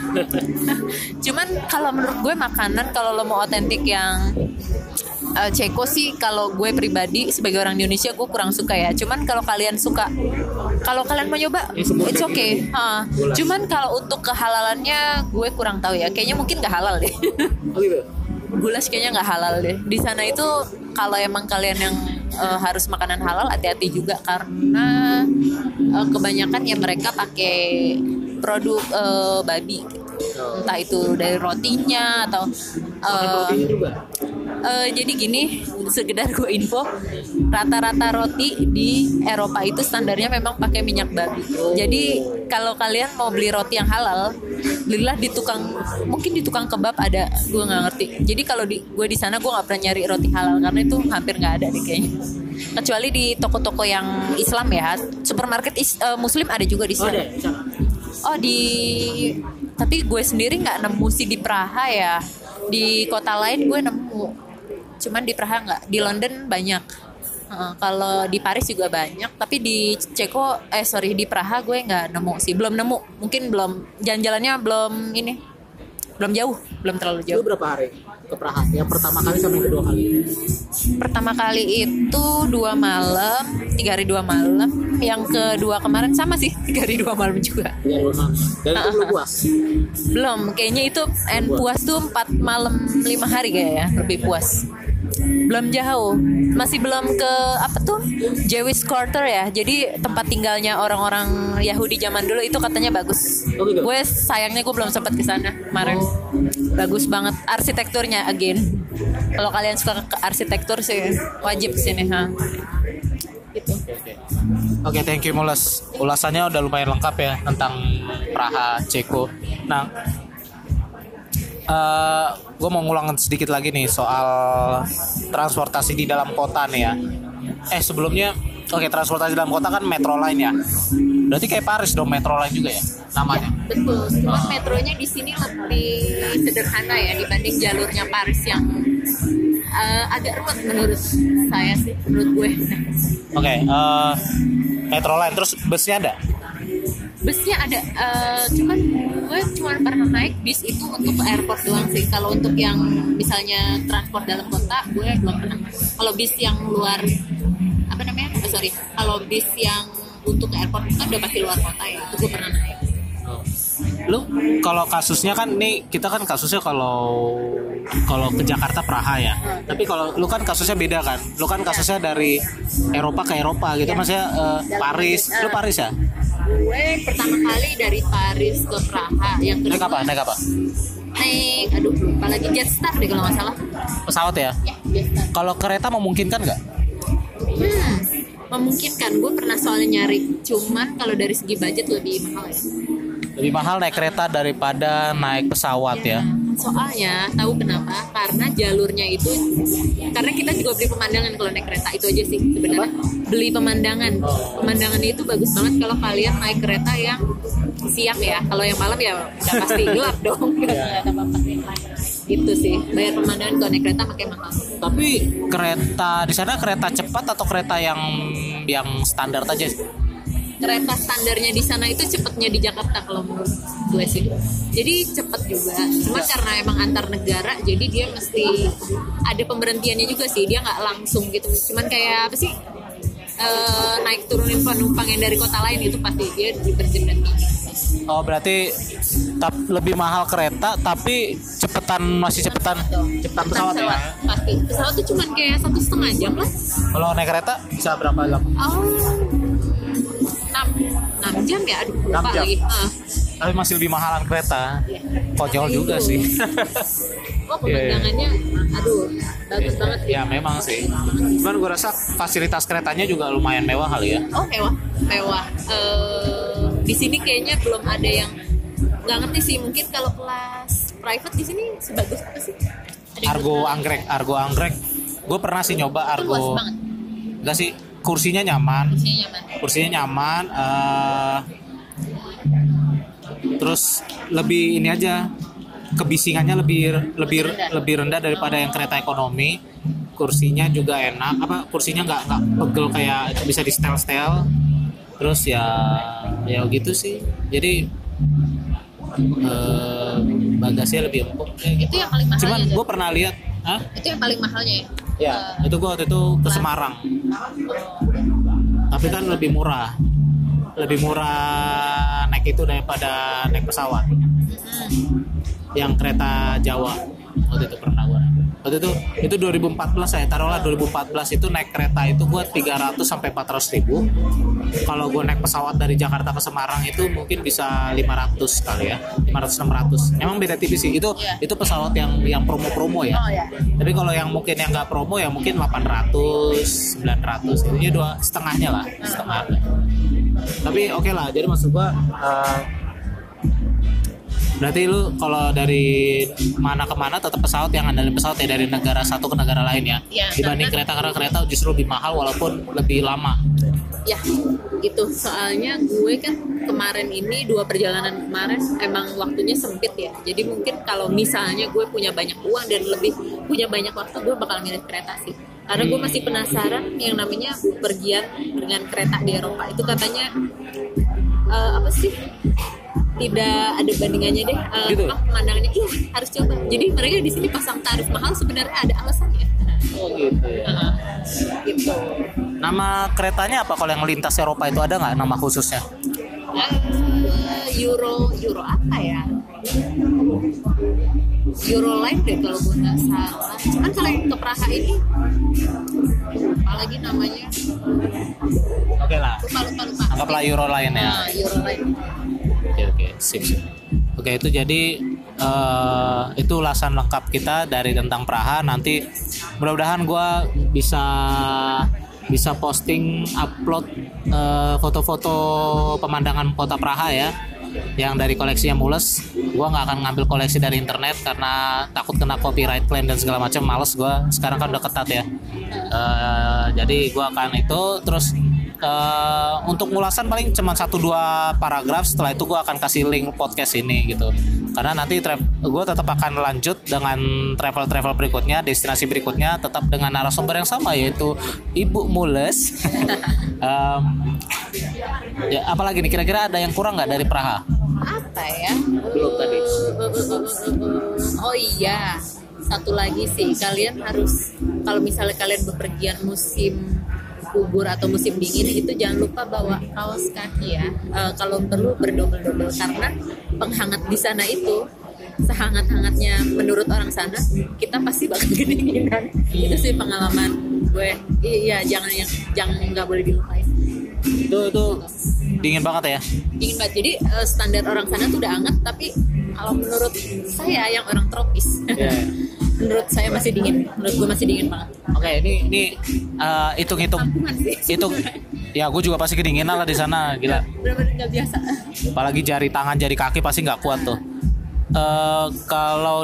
Cuman kalau menurut gue makanan kalau lo mau otentik yang Ceko sih, kalau gue pribadi sebagai orang Indonesia gue kurang suka ya. Cuman kalau kalian suka, kalau kalian mau nyoba, it's okay. Cuman kalau untuk kehalalannya gue kurang tahu ya. Kayaknya mungkin nggak halal deh. Oh gitu. Goulash kayaknya nggak halal deh. Di sana itu kalau emang kalian yang harus makanan halal, hati-hati juga karena kebanyakan ya mereka pakai produk babi. Entah itu dari rotinya atau rotinya juga. Jadi gini, sekedar gue info, rata-rata roti di Eropa itu standarnya memang pakai minyak babi. Jadi kalau kalian mau beli roti yang halal, belilah di tukang, mungkin di tukang kebab ada, gue nggak ngerti. Jadi kalau gue di sana gue nggak pernah nyari roti halal karena itu hampir nggak ada deh kayaknya. Kecuali di toko-toko yang Islam ya, supermarket Muslim ada juga di sana. Oh tapi gue sendiri nggak nemu sih di Praha ya. Di kota lain gue nemu, cuman di Praha nggak. Di London banyak. Kalau di Paris juga banyak, tapi di di Praha gue nggak nemu sih, belum nemu. Mungkin belum, jalan-jalannya belum jauh, belum terlalu jauh. Lu berapa hari ke Praha? Yang pertama kali sama yang kedua kali? Pertama kali itu 2 malam, 3 hari 2 malam. Yang kedua kemarin sama sih, 3 hari 2 malam juga. Iya, dan itu belum puas? Belum, kayaknya itu puas tuh 4 malam 5 hari kayaknya, lebih puas. Belum jauh, masih belum ke Jewish Quarter ya. Jadi tempat tinggalnya orang-orang Yahudi zaman dulu itu katanya bagus. Gitu? Gue sayangnya gue belum sempat ke sana kemarin. Bagus banget arsitekturnya again. Kalau kalian suka ke arsitektur sih wajib kesini Gitu. Oke, thank you Mules. Ulasannya udah lumayan lengkap ya tentang Praha, Ceko. Nah, gue mau ngulang sedikit lagi nih soal transportasi di dalam kota nih ya. Sebelumnya, transportasi dalam kota kan Metro Line ya. Berarti kayak Paris dong, Metro Line juga ya namanya. Ya, betul. Cuma metronya di sini lebih sederhana ya dibanding jalurnya Paris yang agak rumit menurut saya sih, menurut gue. Metro Line, terus busnya ada? Busnya ada, cuman gue cuma pernah naik bis itu untuk ke airport doang sih. Kalau untuk yang misalnya transport dalam kota, gue belum pernah. Kalau bis yang luar, kalau bis yang untuk ke airport kan udah pasti luar kota ya, itu gue pernah naik. Lu kalau kasusnya kan nih, kita kan kasusnya kalau ke Jakarta Praha ya. Tapi kalau lu kan kasusnya beda kan. Lu kan kasusnya dari Eropa ke Eropa gitu. Maksudnya Paris. Lu Paris ya? Gue pertama kali dari Paris ke Praha. Yang kedua Naik apa? Lupa lagi Jetstar deh kalau nggak salah. Pesawat ya? Ya, Jetstar. Kalau kereta memungkinkan nggak? Memungkinkan. Gue pernah soalnya nyari. Cuman kalau dari segi budget lebih mahal ya. Lebih mahal naik kereta daripada naik pesawat ya. Soalnya tahu kenapa? Karena jalurnya itu, karena kita juga beli pemandangan kalau naik kereta, itu aja sih sebenarnya. Beli pemandangan. Pemandangannya itu bagus banget kalau kalian naik kereta yang siang ya. Kalau yang malam ya udah pasti gelap dong. Gitu sih. Bayar pemandangan kalau naik kereta pakai mahal. Tapi kereta di sana kereta cepat atau kereta yang standar aja sih? Kereta standarnya di sana itu cepatnya di Jakarta kalau menurut gue sih. Jadi cepat juga. Cuma karena emang antar negara, jadi dia mesti ada pemberhentiannya juga sih. Dia nggak langsung gitu. Cuman kayak apa sih? Naik turunin penumpang yang dari kota lain itu pasti dia berhenti. Oh, berarti lebih mahal kereta tapi masih cepetan pesawat ya? Pasti. Pesawat tuh cuman kayak 1,5 jam lah. Kalau naik kereta bisa berapa jam? 6 jam ya? Aduh, 6 jam. lagi. Tapi masih lebih mahalan kereta. Yeah. Konyol juga sih. Pemandangannya, bagus banget sih. Ya memang sih. Cuman gue rasa fasilitas keretanya juga lumayan mewah kali ya. Oh, mewah. Di sini kayaknya belum ada yang, nggak ngerti sih. Mungkin kalau kelas private di sini sebagus apa sih? Argo Anggrek. Gue pernah sih nyoba Argo. Luas banget. Enggak sih, kursinya nyaman. Terus lebih ini aja, kebisingannya lebih rendah daripada yang kereta ekonomi. Kursinya juga enak. Kursinya nggak pegel kayak bisa di setel. Terus ya gitu sih. Jadi bagasinya lebih empuk. Itu yang paling mahal. Cuman gue pernah lihat. Itu yang paling mahalnya ya? Ya, itu gue waktu itu ke Semarang. Tapi kan lebih murah naik itu daripada naik pesawat. Yang kereta Jawa waktu itu pernah gue. Waktu itu 2014 saya taruhlah 2014 itu naik kereta itu gue 300 sampai 400 ribu. Kalau gue naik pesawat dari Jakarta ke Semarang itu mungkin bisa 500 kali ya, 500 600. Emang beda tipis sih. Itu pesawat yang promo-promo ya. Tapi kalau yang mungkin yang nggak promo ya mungkin 800 900. Ini dua setengahnya lah, setengahnya. Tapi oke lah. Jadi maksud gue berarti lu kalau dari mana ke mana tetap pesawat, yang andalin pesawat ya, dari negara satu ke negara lain ya. Dibanding kereta, karena kereta justru lebih mahal walaupun lebih lama. Ya, gitu. Soalnya gue kan kemarin ini 2 perjalanan kemarin emang waktunya sempit ya. Jadi mungkin kalau misalnya gue punya banyak uang dan lebih punya banyak waktu, gue bakal milih kereta sih. Karena gue masih penasaran yang namanya pergian dengan kereta di Eropa. Itu katanya apa sih? Tidak ada bandingannya deh, gitu. Pemandangannya harus coba. Jadi mereka di sini pasang tarif mahal sebenarnya ada alasannya. Oh gitu ya. Gitu. Nama keretanya apa kalau yang lintas Eropa itu, ada nggak nama khususnya? Euro apa ya? Euroline deh kalau gue nggak salah. Cuman kalau yang ke Praha ini apalagi namanya? Oke lah. Lupa. Anggaplah Euroline ya. Euroline. Oke, sip. Oke, itu jadi itu ulasan lengkap kita dari tentang Praha. Nanti mudah-mudahan gue bisa posting upload foto-foto pemandangan kota Praha ya, yang dari koleksinya Mules. Gue nggak akan ngambil koleksi dari internet karena takut kena copyright claim dan segala macam. Males gue, sekarang kan udah ketat ya. Jadi gue akan itu terus. Untuk ulasan paling cuma 1-2 paragraf. Setelah itu gue akan kasih link podcast ini gitu. Karena nanti gue tetap akan lanjut dengan travel berikutnya, destinasi berikutnya, tetap dengan narasumber yang sama, yaitu Ibu Mules. Ya, apalagi nih, kira-kira ada yang kurang nggak dari Praha? Apa ya? Belum tadi. Oh iya, satu lagi sih, kalian harus, kalau misalnya kalian bepergian musim gugur atau musim dingin itu jangan lupa bawa kaos kaki ya. Kalau perlu berdobel-dobel, karena penghangat di sana itu sehangat-hangatnya menurut orang sana, kita pasti bakal kedinginan. Itu sih pengalaman gue. Iya, jangan nggak boleh dilupain. Itu dingin banget ya. Dingin banget. Jadi standar orang sana tuh udah hangat, tapi kalau menurut saya yang orang tropis, menurut saya masih dingin. Menurut gue masih dingin banget. Oke, ini hitung-hitung. Hitung. Ya, gue juga pasti kedinginan lah di sana, gila. Benar-benar nggak biasa. Apalagi jari tangan, jari kaki pasti nggak kuat tuh. Kalau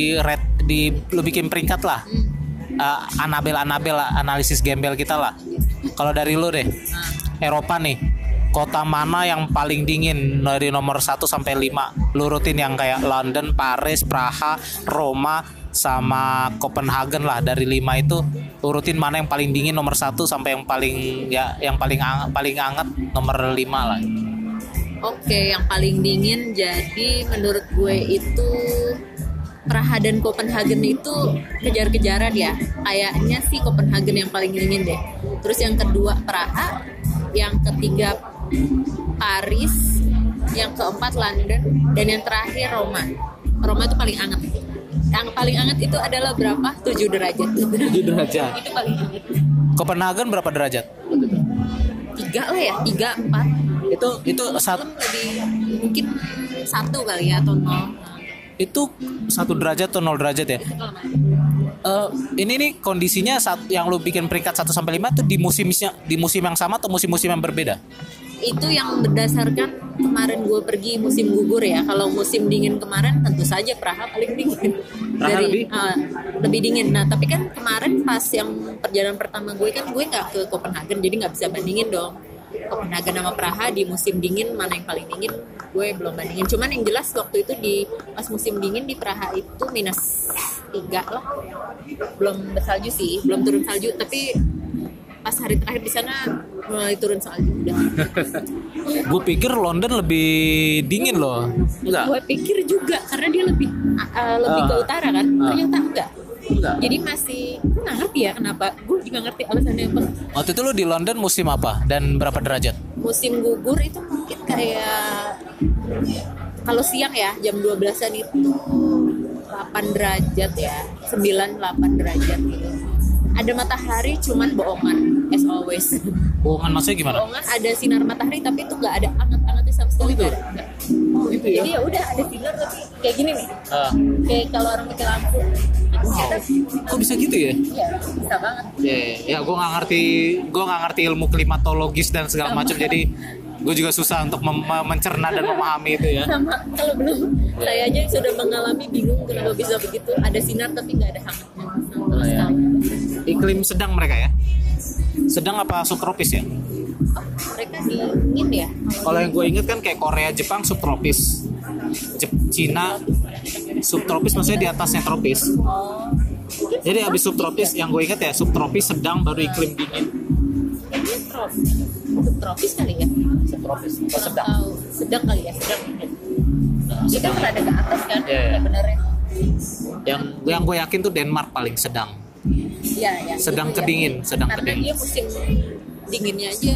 lu bikin peringkat lah. Anabel analisis gembel kita lah. Kalau dari lu deh, Eropa nih, kota mana yang paling dingin dari nomor 1 sampai 5? Lu rutin yang kayak London, Paris, Praha, Roma, sama Copenhagen lah. Dari 5 itu lu rutin mana yang paling dingin nomor 1 sampai yang paling hangat nomor 5 lah. Oke, yang paling dingin jadi menurut gue itu Praha dan Copenhagen itu kejar-kejaran ya. Kayaknya sih Copenhagen yang paling dingin deh. Terus yang kedua Praha, yang ketiga Paris, yang keempat London, dan yang terakhir Roma. Roma itu paling hangat. Yang paling hangat itu adalah berapa? 7 derajat. 7 derajat. Itu paling hangat. Copenhagen berapa derajat? 3 lah ya, 3, 4. Itu satu, lebih mungkin 1 kali ya atau 0. itu 1 derajat atau 0 derajat ya? Ini nih kondisinya yang lu bikin peringkat 1 sampai 5 tuh di musim yang sama atau musim-musim yang berbeda? Itu yang berdasarkan kemarin gue pergi musim gugur ya. Kalau musim dingin kemarin tentu saja Praha paling dingin. Praha lebih dingin. Nah tapi kan kemarin pas yang perjalanan pertama gue kan gue nggak ke Copenhagen, jadi nggak bisa bandingin dong Copenhagen sama Praha di musim dingin mana yang paling dingin. Gue belum bandingin. Cuman yang jelas waktu itu pas musim dingin di Praha itu -3 lah. Belum bersalju sih, belum turun salju, tapi pas hari terakhir di sana mulai turun salju udah. Gue pikir London lebih dingin loh. Enggak. Gue pikir juga karena dia lebih ke utara kan. Ternyata enggak. Jadi masih gue nggak ngerti ya kenapa. Gue juga ngerti alasannya apa. Waktu itu lo di London musim apa dan berapa derajat? Musim gugur itu mungkin kayak kalau siang ya jam 12-an itu 8 derajat ya, 9-8 derajat gitu. Ada matahari cuman bohongan as always. Bohongan maksudnya gimana? Bohongan, ada sinar matahari tapi itu nggak ada anget-angetnya sama sekali. gitu? Nggak ada. Gitu ya? Jadi ya udah ada sinar tapi kayak gini nih. Kayak kalau orang pakai lampu. Kok bisa gitu ya? Iya, bisa banget. Ya, gue nggak ngerti ilmu klimatologis dan segala macam, jadi gue juga susah untuk mencerna dan memahami itu ya. Sama, kalau belum saya aja sudah mengalami bingung kenapa bisa begitu. Ada sinar tapi nggak ada hangatnya sama Ya. sekali. Iklim sedang mereka ya? Sedang apa subtropis ya? Oh, mereka dingin ya? Kalau yang gue inget kan kayak Korea, Jepang subtropis, Cina subtropis, maksudnya di atasnya tropis. Oh, mungkin Jadi habis subtropis, yang gue inget ya subtropis sedang baru iklim dingin. ini subtropis kali ya? Subtropis atau Kurang sedang? tahu. Sedang kali ya, sedang. Dia kan berada ke atas kan? Iya, iya. Sebenarnya. Yang gue yakin tuh Denmark paling sedang. Iya, ya. Sedang Itu ya. kedingin, sedang Karena kedingin. dia musim dinginnya aja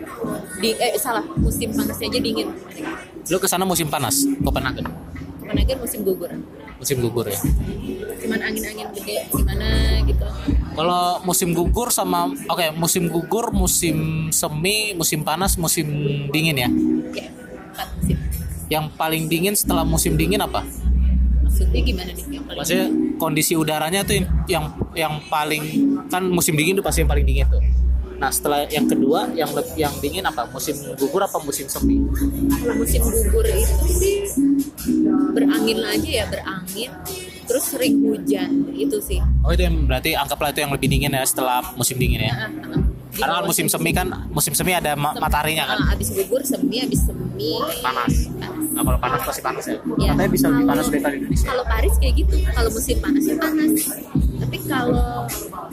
musim panasnya aja dingin. Lu kesana musim panas, Copenhagen? Copenhagen musim gugur. Musim gugur ya. Cuman angin-angin gede gimana gitu. Kalau musim gugur sama musim gugur, musim semi, musim panas, musim dingin ya. Ya, 4 musim. Yang paling dingin setelah musim dingin apa? Maksudnya gimana nih yang paling? Maksudnya kondisi udaranya tuh yang paling, kan musim dingin tuh pasti yang paling dingin tuh. Nah, setelah yang kedua yang dingin apa? Musim gugur apa musim semi? Kalau musim gugur itu sih berangin aja ya, berangin terus sering hujan itu sih. Oh, itu yang berarti anggaplah itu yang lebih dingin ya setelah musim dingin ya. Karena kan musim semi ada mataharinya kan. Abis gugur semi, abis semi Panas. Nah, kalau panas pasti panas ya. Ya. Katanya bisa lebih panas daripada Indonesia. Kalau Paris kayak gitu, kalau musim panas ya panas. Tapi kalau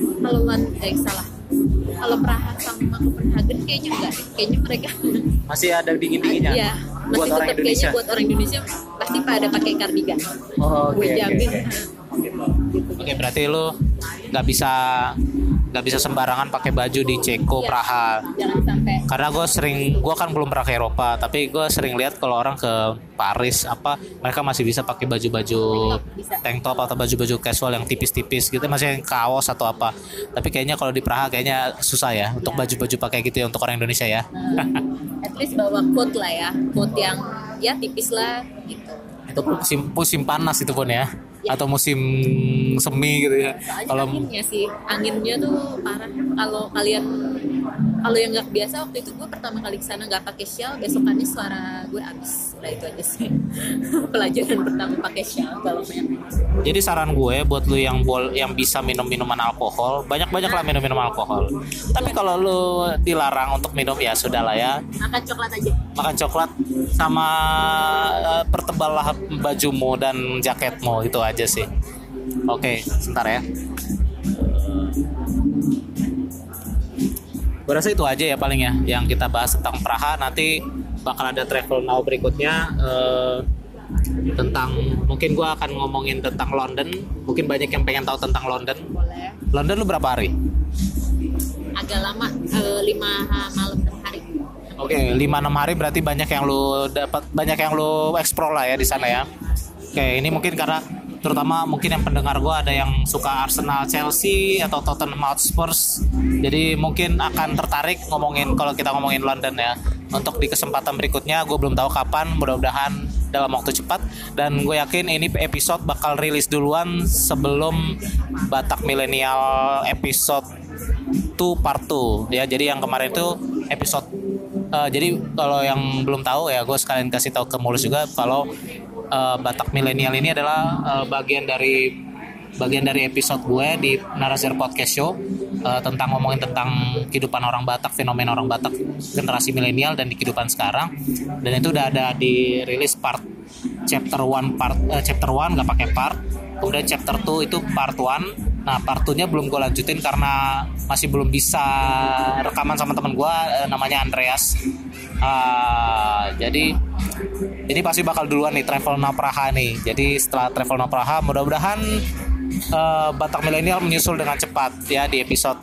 kalau Praha sama Copenhagen kayaknya enggak. Kayaknya mereka Masih ada dingin-dinginnya. Iya, buat masih orang tetap Indonesia. kayaknya buat orang Indonesia pasti pada pakai kardigan. Oh, Gue oke, jamin. Oke, berarti lu nggak bisa sembarangan pakai baju di Ceko, Iya. Praha. Jangan sampai Karena gue kan belum pernah ke Eropa, tapi gue sering lihat kalau orang ke Paris mereka masih bisa pakai baju-baju Bisa. tank top atau baju-baju casual yang tipis-tipis gitu, masih yang kaos atau apa. Tapi kayaknya kalau di Praha kayaknya susah ya untuk baju-baju pakai gitu ya untuk orang Indonesia ya. at least bawa coat lah ya, coat yang ya tipis lah gitu. Itu pun musim panas itu pun ya, Ya. atau musim semi gitu ya. Soalnya Kalau anginnya tuh parah. Kalau yang nggak biasa, waktu itu gue pertama kali kesana nggak pakai shawl, besokannya suara gue habis. Udah itu aja sih. Pelajaran pertama pakai shawl kalau banyak. Jadi saran gue buat lu yang bisa minum minuman alkohol, banyak-banyak lah minum alkohol. Tapi kalau lu dilarang untuk minum ya sudahlah ya. Makan coklat aja. Makan coklat sama perteballah bajumu dan jaketmu, itu aja sih. Oke, sebentar ya. Gue rasa itu aja ya paling ya yang kita bahas tentang Praha. Nanti bakal ada travel now berikutnya tentang, mungkin gue akan ngomongin tentang London. Mungkin banyak yang pengen tahu tentang London. Boleh. London lu berapa hari? Agak lama, 5 malam 6 hari. Oke, 5-6 hari berarti banyak yang lu explore lah ya di sana ya. Oke, ini mungkin karena terutama mungkin yang pendengar gue ada yang suka Arsenal, Chelsea atau Tottenham Hotspur, jadi mungkin akan tertarik kalau kita ngomongin London ya. Untuk di kesempatan berikutnya gue belum tahu kapan, mudah-mudahan dalam waktu cepat, dan gue yakin ini episode bakal rilis duluan sebelum Batak Milenial episode 2 part 2 ya. Jadi yang kemarin itu episode jadi kalau yang belum tahu ya, gue sekalian kasih tahu ke Mulus juga kalau Batak Milenial ini adalah bagian dari episode gue di Narasir Podcast Show, ngomongin tentang kehidupan orang Batak, fenomena orang Batak generasi milenial dan di kehidupan sekarang. Dan itu udah ada dirilis chapter 1 nggak pakai part. Kemudian chapter 2 itu part 1. Nah, part 2-nya belum gue lanjutin karena masih belum bisa rekaman sama teman gue, namanya Andreas. Jadi pasti bakal duluan nih Travel Now Praha nih. Jadi setelah Travel Now Praha, mudah-mudahan Batak Milenial menyusul dengan cepat ya di episode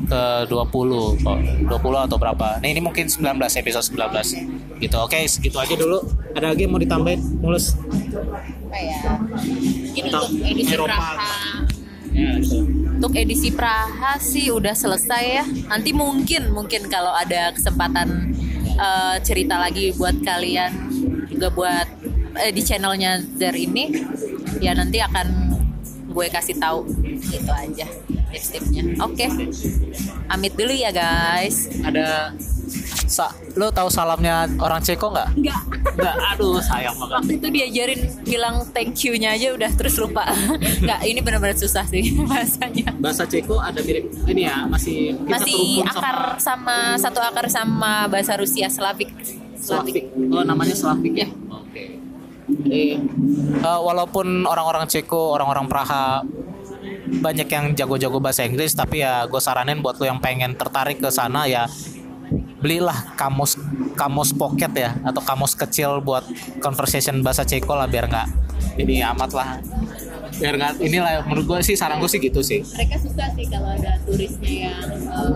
20 atau berapa. Nah, ini mungkin 19 episode 19 gitu. Oke, segitu aja dulu. Ada lagi yang mau ditambahin mulus? Apa ya? Mungkin untuk edisi Eropa. Praha. Ya, gitu. Untuk edisi Praha sih udah selesai ya. Nanti mungkin kalau ada kesempatan cerita lagi buat kalian juga buat di channelnya Zer ini, ya nanti akan gue kasih tahu gitu aja tips-tipsnya. Oke. Amit dulu ya guys. Ada lo tahu salamnya orang Ceko nggak? Enggak. Nggak, aduh sayang banget. Waktu itu diajarin bilang thank you-nya aja udah terus lupa. Enggak, ini benar-benar susah sih bahasanya. Bahasa Ceko ada mirip ini ya, masih kita Masih terhubung akar sama satu akar sama bahasa Rusia, Slavik. Slavik. Oh, namanya Slavik ya. Oke. Jadi walaupun orang-orang Ceko, orang-orang Praha banyak yang jago-jago bahasa Inggris, tapi ya gue saranin buat lo yang pengen tertarik ke sana ya belilah kamus pocket ya, atau kamus kecil buat conversation bahasa Ceko lah, biar nggak ini amat lah, biar nggak inilah. Menurut gue sih, saran gue sih gitu sih. Mereka suka sih kalau ada turisnya yang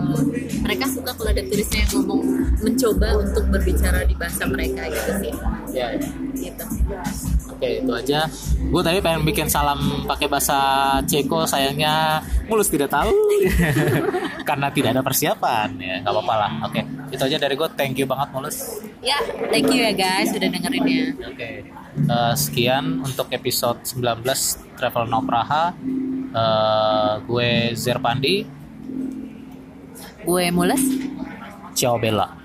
ngomong, mencoba untuk berbicara di bahasa mereka gitu sih. Ya. Gitu. Oke, itu aja. Gue tadi pengen bikin salam pakai bahasa Ceko, sayangnya mulus tidak tahu karena tidak ada persiapan. Ya nggak apa-apa lah. Oke, itu aja dari gue. Thank you banget mulus. Ya, thank you ya guys sudah dengerin ya. Oke. Sekian untuk episode 19 Travel No Praha. Gue Zer Pandi. Gue Mules. Ciao Bella.